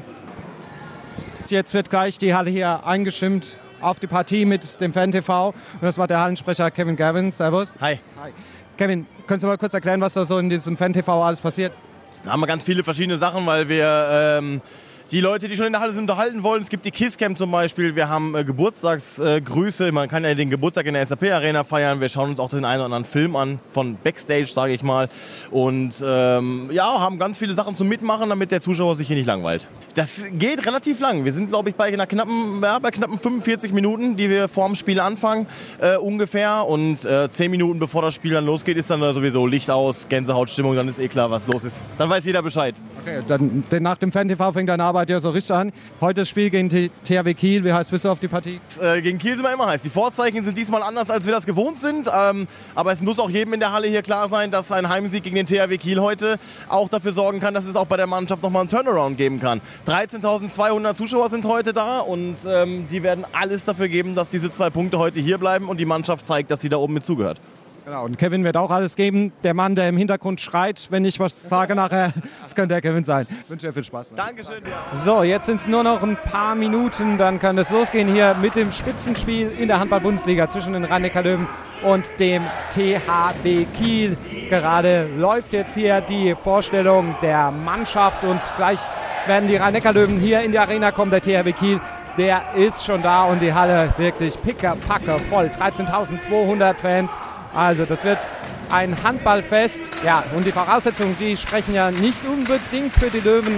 Speaker 5: Jetzt wird gleich die Halle hier eingestimmt auf die Partie mit dem Fan-TV. Und das war der Hallensprecher Kevin Gavin. Servus.
Speaker 16: Hi.
Speaker 5: Kevin, kannst du mal kurz erklären, was da so in diesem Fan-TV alles passiert?
Speaker 16: Da haben wir ganz viele verschiedene Sachen, weil wir die Leute, die schon in der Halle sind, unterhalten wollen. Es gibt die KissCam zum Beispiel. Wir haben Geburtstagsgrüße. Man kann ja den Geburtstag in der SAP-Arena feiern. Wir schauen uns auch den einen oder anderen Film an, von Backstage, sage ich mal. Und haben ganz viele Sachen zum Mitmachen, damit der Zuschauer sich hier nicht langweilt. Das geht relativ lang. Wir sind, glaube ich, bei knappen 45 Minuten, die wir vor dem Spiel anfangen, ungefähr. Und 10 Minuten bevor das Spiel dann losgeht, ist dann sowieso Licht aus, Gänsehautstimmung. Dann ist klar, was los ist. Dann weiß jeder Bescheid.
Speaker 5: Okay, dann nach dem Fan-TV fängt deine Arbeit ja so richtig an. Heute das Spiel gegen THW Kiel. Wie heiß bist du auf die Partie?
Speaker 16: Gegen Kiel sind wir immer heiß. Die Vorzeichen sind diesmal anders, als wir das gewohnt sind. Aber es muss auch jedem in der Halle hier klar sein, dass ein Heimsieg gegen den THW Kiel heute auch dafür sorgen kann, dass es auch bei der Mannschaft nochmal einen Turnaround geben kann. 13.200 Zuschauer sind heute da und die werden alles dafür geben, dass diese 2 Punkte heute hier bleiben und die Mannschaft zeigt, dass sie da oben mit zugehört.
Speaker 5: Genau, und Kevin wird auch alles geben. Der Mann, der im Hintergrund schreit, wenn ich was sage nachher, das könnte der Kevin sein. Ich wünsche dir viel Spaß.
Speaker 16: Dankeschön dir.
Speaker 5: So, jetzt sind es nur noch ein paar Minuten, dann kann es losgehen hier mit dem Spitzenspiel in der Handball-Bundesliga zwischen den Rhein-Neckar-Löwen und dem THW Kiel. Gerade läuft jetzt hier die Vorstellung der Mannschaft und gleich werden die Rhein-Neckar-Löwen hier in die Arena kommen. Der THW Kiel, der ist schon da und die Halle wirklich pickepacke voll. 13.200 Fans. Also das wird ein Handballfest. Ja, und die Voraussetzungen, die sprechen ja nicht unbedingt für die Löwen.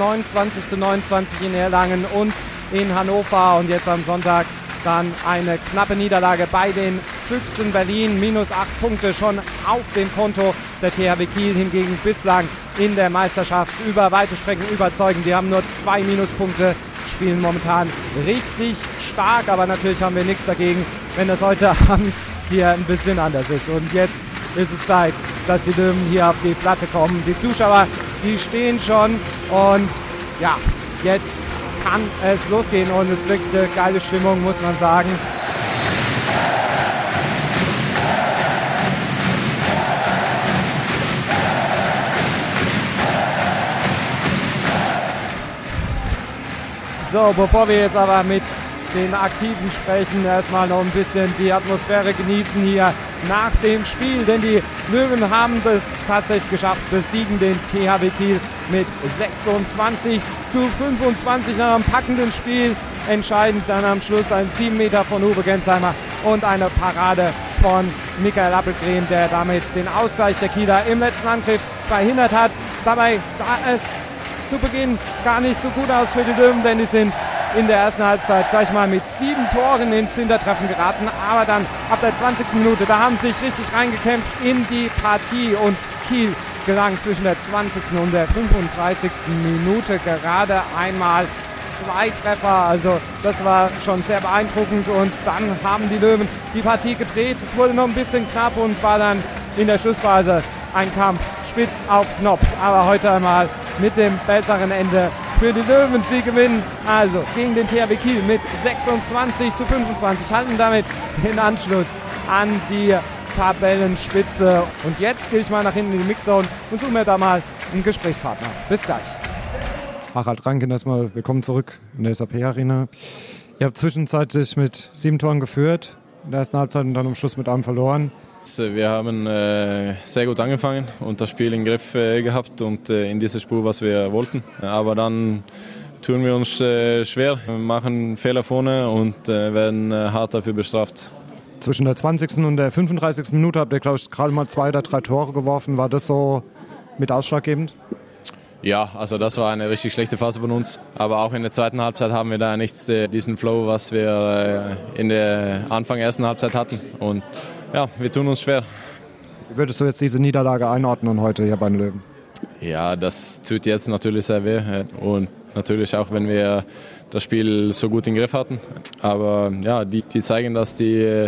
Speaker 5: 29:29 in Erlangen und in Hannover. Und jetzt am Sonntag dann eine knappe Niederlage bei den Füchsen Berlin. -8 Punkte schon auf dem Konto. Der THW Kiel hingegen bislang in der Meisterschaft über weite Strecken überzeugend. Die haben nur 2 Minuspunkte, spielen momentan richtig stark. Aber natürlich haben wir nichts dagegen, wenn das heute Abend hier ein bisschen anders ist. Und jetzt ist es Zeit, dass die Löwen hier auf die Platte kommen. Die Zuschauer, die stehen schon und ja, jetzt kann es losgehen und es ist wirklich eine geile Stimmung, muss man sagen. So, bevor wir jetzt aber mit den Aktiven sprechen, erstmal noch ein bisschen die Atmosphäre genießen hier nach dem Spiel, denn die Löwen haben es tatsächlich geschafft, besiegen den THW Kiel mit 26:25 nach einem packenden Spiel. Entscheidend dann am Schluss ein 7 Meter von Uwe Gensheimer und eine Parade von Michael Appelgren, der damit den Ausgleich der Kieler im letzten Angriff verhindert hat. Dabei sah es zu Beginn gar nicht so gut aus für die Löwen, denn die sind in der ersten Halbzeit gleich mal mit 7 Toren ins Hintertreffen geraten. Aber dann ab der 20. Minute, da haben sie sich richtig reingekämpft in die Partie. Und Kiel gelang zwischen der 20. und der 35. Minute gerade einmal 2 Treffer. Also das war schon sehr beeindruckend. Und dann haben die Löwen die Partie gedreht. Es wurde noch ein bisschen knapp und war dann in der Schlussphase ein Kampf spitz auf Knopf. Aber heute einmal mit dem besseren Ende für die Löwen. Sie gewinnen also gegen den THW Kiel mit 26:25. Halten damit den Anschluss an die Tabellenspitze. Und jetzt gehe ich mal nach hinten in die Mixzone und suche mir da mal einen Gesprächspartner. Bis gleich. Harald Rankin, erstmal willkommen zurück in der SAP-Arena. Ihr habt zwischenzeitlich mit 7 Toren geführt, in der ersten Halbzeit und dann am Schluss mit einem verloren.
Speaker 17: Wir haben sehr gut angefangen und das Spiel im Griff gehabt und in dieser Spur, was wir wollten. Aber dann tun wir uns schwer, machen Fehler vorne und werden hart dafür bestraft.
Speaker 5: Zwischen der 20. und der 35. Minute habt ihr, glaube ich, gerade mal 2 oder 3 Tore geworfen. War das so mit ausschlaggebend?
Speaker 17: Ja, also das war eine richtig schlechte Phase von uns. Aber auch in der zweiten Halbzeit haben wir da nicht diesen Flow, was wir in der Anfang ersten Halbzeit hatten. Und ja, wir tun uns schwer.
Speaker 5: Wie würdest du jetzt diese Niederlage einordnen heute hier bei den Löwen?
Speaker 17: Ja, das tut jetzt natürlich sehr weh. Und natürlich auch, wenn wir das Spiel so gut im Griff hatten. Aber ja, die zeigen, dass die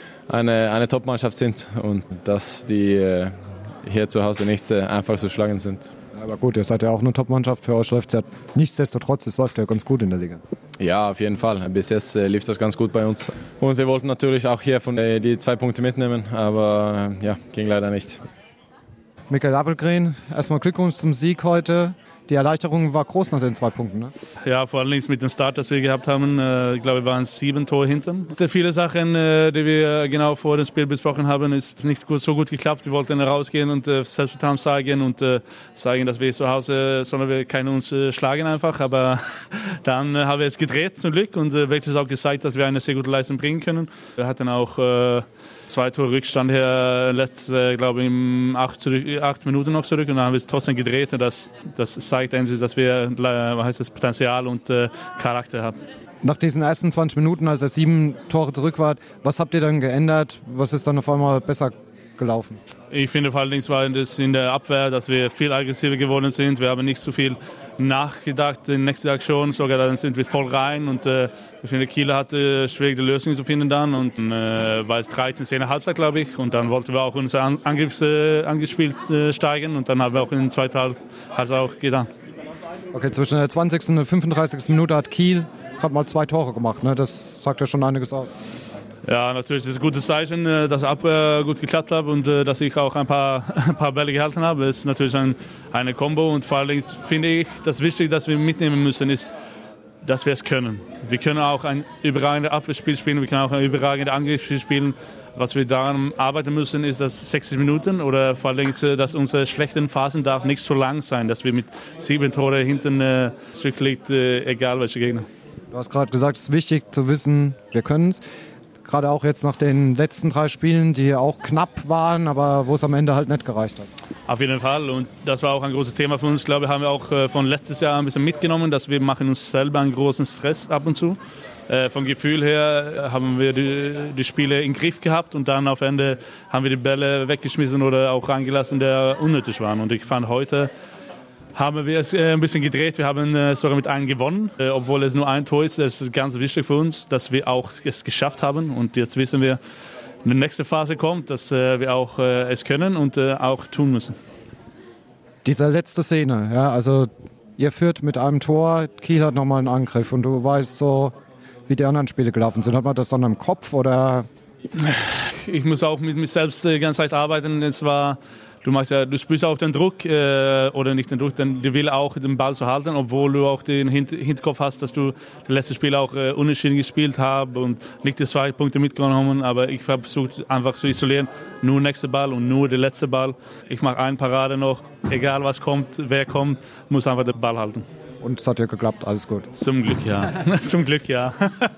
Speaker 17: eine Top-Mannschaft sind und dass die hier zu Hause nicht einfach zu schlagen sind.
Speaker 5: Aber gut, ihr seid ja auch eine Top-Mannschaft. Für euch läuft es ja nichtsdestotrotz, es läuft ja ganz gut in der Liga.
Speaker 17: Ja, auf jeden Fall. Bis jetzt lief das ganz gut bei uns. Und wir wollten natürlich auch hier von die 2 Punkte mitnehmen, aber ja, ging leider nicht.
Speaker 5: Michael Appelgren, erstmal Glückwunsch zum Sieg heute. Die Erleichterung war groß nach den 2 Punkten, ne?
Speaker 18: Ja, vor allem mit dem Start, das wir gehabt haben. Ich glaube, wir waren 7 Tore hinten. Viele Sachen, die wir genau vor dem Spiel besprochen haben, ist nicht so gut geklappt. Wir wollten rausgehen und Selbstvertrauen zeigen und zeigen, dass wir zu Hause, sondern wir können uns schlagen einfach. Aber dann haben wir es gedreht zum Glück und wirklich auch gezeigt, dass wir eine sehr gute Leistung bringen können. Wir hatten auch 2 Tore Rückstand her, glaube ich, in 8 Minuten noch zurück und dann haben wir es trotzdem gedreht und das zeigt eigentlich, dass wir Potenzial und Charakter haben.
Speaker 5: Nach diesen ersten 20 Minuten, als ihr 7 Tore zurück wart, was habt ihr dann geändert? Was ist dann auf einmal besser gelaufen?
Speaker 18: Ich finde vor allem war das in der Abwehr, dass wir viel aggressiver geworden sind. Wir haben nicht so viel nachgedacht in nächste Aktion, sogar dann sind wir voll rein und ich finde, Kiel hatte schwierige Lösungen zu finden dann und war es 13-10 Halbzeit, glaube ich, und dann wollten wir auch unser Angriffsspiel steigen und dann haben wir auch in der zweiten Halbzeit auch getan.
Speaker 5: Okay, zwischen der 20. und der 35. Minute hat Kiel gerade mal 2 Tore gemacht, ne? Das sagt ja schon einiges aus.
Speaker 18: Ja, natürlich ist es ein gutes Zeichen, dass Abwehr gut geklappt hat und dass ich auch ein paar Bälle gehalten habe. Es ist natürlich eine Kombo und vor allem finde ich, das Wichtige, das wir mitnehmen müssen, ist, dass wir es können. Wir können auch ein überragendes Abwehrspiel spielen, wir können auch ein überragendes Angriffsspiel spielen. Was wir daran arbeiten müssen, ist, dass 60 Minuten oder vor allem, dass unsere schlechten Phasen darf nicht so lang sein, dass wir mit 7 Tore hinten zurückliegt, egal welche Gegner.
Speaker 5: Du hast gerade gesagt, es ist wichtig zu wissen, wir können es. Gerade auch jetzt nach den letzten 3 Spielen, die auch knapp waren, aber wo es am Ende halt nicht gereicht hat.
Speaker 18: Auf jeden Fall und das war auch ein großes Thema für uns. Ich glaube, haben wir auch von letztes Jahr ein bisschen mitgenommen, dass wir machen uns selber einen großen Stress ab und zu. Vom Gefühl her haben wir die Spiele im Griff gehabt und dann auf Ende haben wir die Bälle weggeschmissen oder auch reingelassen, die unnötig waren. Und ich fand heute haben wir es ein bisschen gedreht. Wir haben sogar mit einem gewonnen, obwohl es nur ein Tor ist. Das ist ganz wichtig für uns, dass wir auch es geschafft haben. Und jetzt wissen wir, wenn die nächste Phase kommt, dass wir auch es können und auch tun müssen.
Speaker 5: Diese letzte Szene, ja, also ihr führt mit einem Tor, Kiel hat nochmal einen Angriff und du weißt so, wie die anderen Spiele gelaufen sind. Hat man das dann im Kopf oder?
Speaker 18: Ich muss auch mit mir selbst die ganze Zeit arbeiten. Es war... Du spürst auch den Druck, oder nicht den Druck, denn du willst auch den Ball zu halten, obwohl du auch den Hinterkopf hast, dass du das letzte Spiel auch unentschieden gespielt hast und nicht die 2 Punkte mitgenommen. Aber ich habe versucht, einfach zu isolieren, nur nächster Ball und nur der letzte Ball. Ich mache eine Parade noch, egal was kommt, wer kommt, muss einfach den Ball halten.
Speaker 5: Und es hat ja geklappt, alles gut.
Speaker 18: Zum Glück, ja. Zum Glück, ja.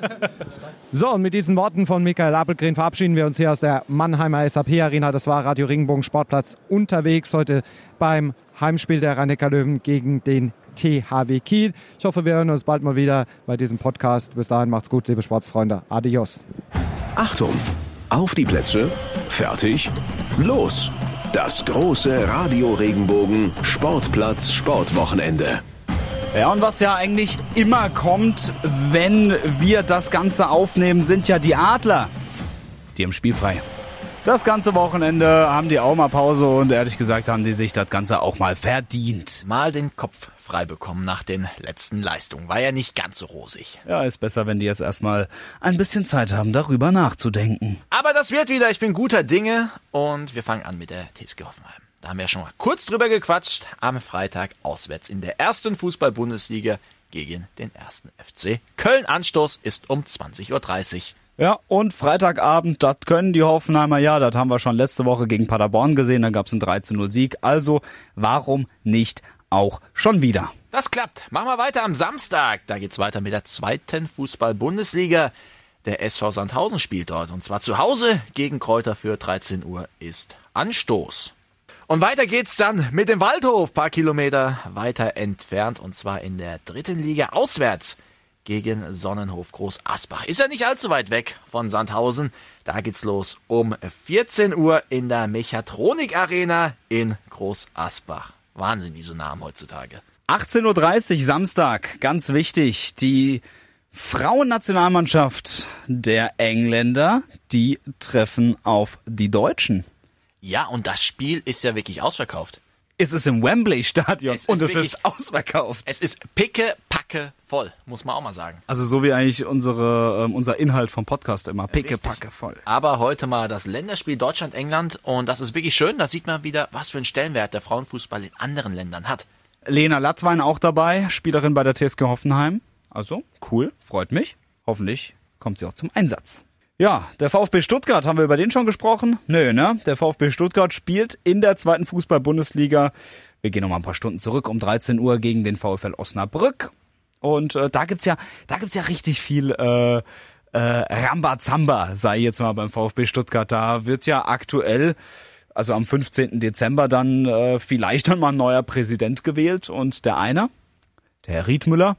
Speaker 5: So, und mit diesen Worten von Michael Appelgren verabschieden wir uns hier aus der Mannheimer SAP-Arena. Das war Radio Regenbogen Sportplatz unterwegs heute beim Heimspiel der Rhein-Neckar-Löwen gegen den THW Kiel. Ich hoffe, wir hören uns bald mal wieder bei diesem Podcast. Bis dahin macht's gut, liebe Sportsfreunde. Adios.
Speaker 2: Achtung, auf die Plätze, fertig, los. Das große Radio Regenbogen Sportplatz Sportwochenende.
Speaker 4: Ja, und was ja eigentlich immer kommt, wenn wir das Ganze aufnehmen, sind ja die Adler. Die haben spielfrei. Das ganze Wochenende haben die auch mal Pause und ehrlich gesagt haben die sich das Ganze auch mal verdient.
Speaker 3: Mal den Kopf frei bekommen nach den letzten Leistungen. War ja nicht ganz so rosig.
Speaker 4: Ja, ist besser, wenn die jetzt erstmal ein bisschen Zeit haben, darüber nachzudenken.
Speaker 3: Aber das wird wieder. Ich bin guter Dinge und wir fangen an mit der TSG Hoffenheim. Da haben wir schon mal kurz drüber gequatscht. Am Freitag auswärts in der ersten Fußball-Bundesliga gegen den 1. FC Köln. Anstoß ist um 20:30 Uhr.
Speaker 4: Ja, und Freitagabend, das können die Hoffenheimer ja, das haben wir schon letzte Woche gegen Paderborn gesehen, da gab es einen 3:0 Sieg, also warum nicht auch schon wieder?
Speaker 3: Das klappt. Machen wir weiter am Samstag, da geht's weiter mit der zweiten Fußball-Bundesliga. Der SV Sandhausen spielt dort und zwar zu Hause gegen Kräuter Fürth, 13 Uhr ist Anstoß. Und weiter geht's dann mit dem Waldhof, paar Kilometer weiter entfernt und zwar in der 3. Liga auswärts. Gegen Sonnenhof Groß Asbach. Ist ja nicht allzu weit weg von Sandhausen. Da geht's los um 14 Uhr in der Mechatronik Arena in Groß Asbach. Wahnsinn, diese Namen heutzutage.
Speaker 4: 18:30 Uhr Samstag, ganz wichtig. Die Frauennationalmannschaft der Engländer, die treffen auf die Deutschen.
Speaker 3: Ja, und das Spiel ist ja wirklich ausverkauft.
Speaker 4: Es ist im Wembley-Stadion und es ist ausverkauft.
Speaker 3: Es ist picke-packe voll, muss man auch mal sagen.
Speaker 4: Also so wie eigentlich unser Inhalt vom Podcast immer, picke-packe voll.
Speaker 3: Aber heute mal das Länderspiel Deutschland-England und das ist wirklich schön. Da sieht man wieder, was für einen Stellenwert der Frauenfußball in anderen Ländern hat.
Speaker 4: Lena Lattwein auch dabei, Spielerin bei der TSG Hoffenheim. Also cool, freut mich. Hoffentlich kommt sie auch zum Einsatz. Ja, der VfB Stuttgart, haben wir über den schon gesprochen? Nö, ne? Der VfB Stuttgart spielt in der zweiten Fußball-Bundesliga. Wir gehen noch mal ein paar Stunden zurück, um 13 Uhr gegen den VfL Osnabrück. Und da gibt's ja richtig viel Rambazamba, sei jetzt mal beim VfB Stuttgart. Da wird ja aktuell, also am 15. Dezember dann vielleicht dann mal ein neuer Präsident gewählt. Und der Herr Riedmüller,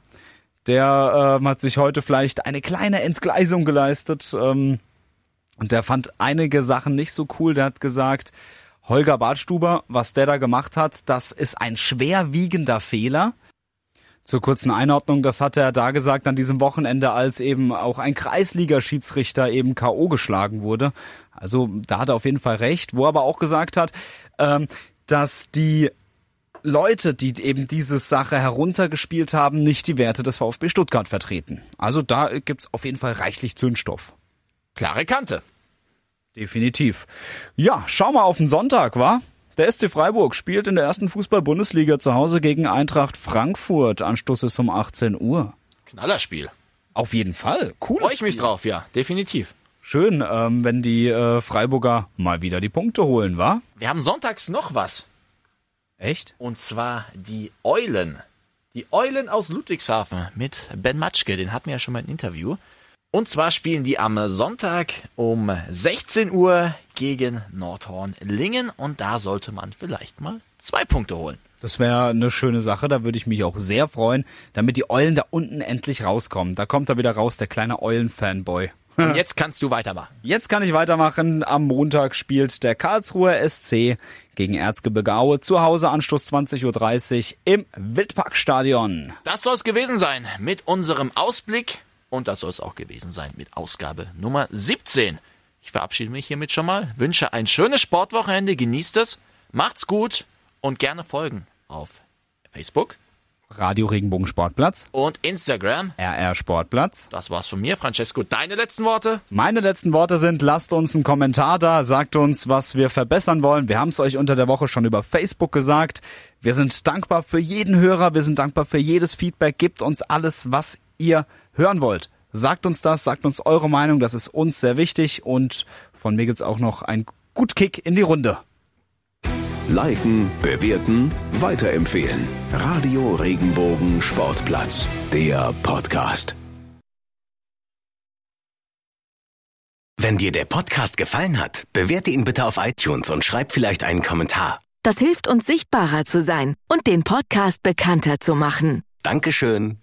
Speaker 4: der hat sich heute vielleicht eine kleine Entgleisung geleistet und der fand einige Sachen nicht so cool. Der hat gesagt, Holger Badstuber, was der da gemacht hat, das ist ein schwerwiegender Fehler. Zur kurzen Einordnung, das hat er da gesagt an diesem Wochenende, als eben auch ein Kreisliga-Schiedsrichter eben K.O. geschlagen wurde. Also da hat er auf jeden Fall recht. Wo er aber auch gesagt hat, dass die Leute, die eben diese Sache heruntergespielt haben, nicht die Werte des VfB Stuttgart vertreten. Also da gibt's auf jeden Fall reichlich Zündstoff.
Speaker 3: Klare Kante.
Speaker 4: Definitiv. Ja, schau mal auf den Sonntag, wa? Der SC Freiburg spielt in der ersten Fußball-Bundesliga zu Hause gegen Eintracht Frankfurt. Anstoß ist um 18 Uhr.
Speaker 3: Knallerspiel.
Speaker 4: Auf jeden Fall. Cool.
Speaker 3: Freue ich mich drauf, ja, definitiv.
Speaker 4: Schön, wenn die Freiburger mal wieder die Punkte holen, wa?
Speaker 3: Wir haben sonntags noch was.
Speaker 4: Echt?
Speaker 3: Und zwar die Eulen. Die Eulen aus Ludwigshafen mit Ben Matschke, den hatten wir ja schon mal im Interview. Und zwar spielen die am Sonntag um 16 Uhr gegen Nordhorn-Lingen und da sollte man vielleicht mal 2 Punkte holen.
Speaker 4: Das wäre eine schöne Sache, da würde ich mich auch sehr freuen, damit die Eulen da unten endlich rauskommen. Da kommt da wieder raus, der kleine Eulen-Fanboy.
Speaker 3: Und jetzt kannst du weitermachen.
Speaker 4: Jetzt kann ich weitermachen. Am Montag spielt der Karlsruher SC gegen Erzgebirge Aue zu Hause, Anstoß 20:30 Uhr im Wildparkstadion.
Speaker 3: Das soll es gewesen sein mit unserem Ausblick und das soll es auch gewesen sein mit Ausgabe Nummer 17. Ich verabschiede mich hiermit schon mal, wünsche ein schönes Sportwochenende, genießt es, macht's gut und gerne folgen auf Facebook,
Speaker 4: Radio Regenbogen Sportplatz
Speaker 3: und Instagram,
Speaker 4: RR Sportplatz.
Speaker 3: Das war's von mir, Francesco. Deine letzten Worte?
Speaker 4: Meine letzten Worte sind, lasst uns einen Kommentar da, sagt uns, was wir verbessern wollen. Wir haben es euch unter der Woche schon über Facebook gesagt. Wir sind dankbar für jeden Hörer, wir sind dankbar für jedes Feedback. Gebt uns alles, was ihr hören wollt. Sagt uns das, sagt uns eure Meinung, das ist uns sehr wichtig. Und von mir gibt's auch noch einen guten Kick in die Runde.
Speaker 2: Liken, bewerten, weiterempfehlen. Radio Regenbogen Sportplatz, der Podcast.
Speaker 19: Wenn dir der Podcast gefallen hat, bewerte ihn bitte auf iTunes und schreib vielleicht einen Kommentar. Das hilft uns, sichtbarer zu sein und den Podcast bekannter zu machen.
Speaker 2: Dankeschön.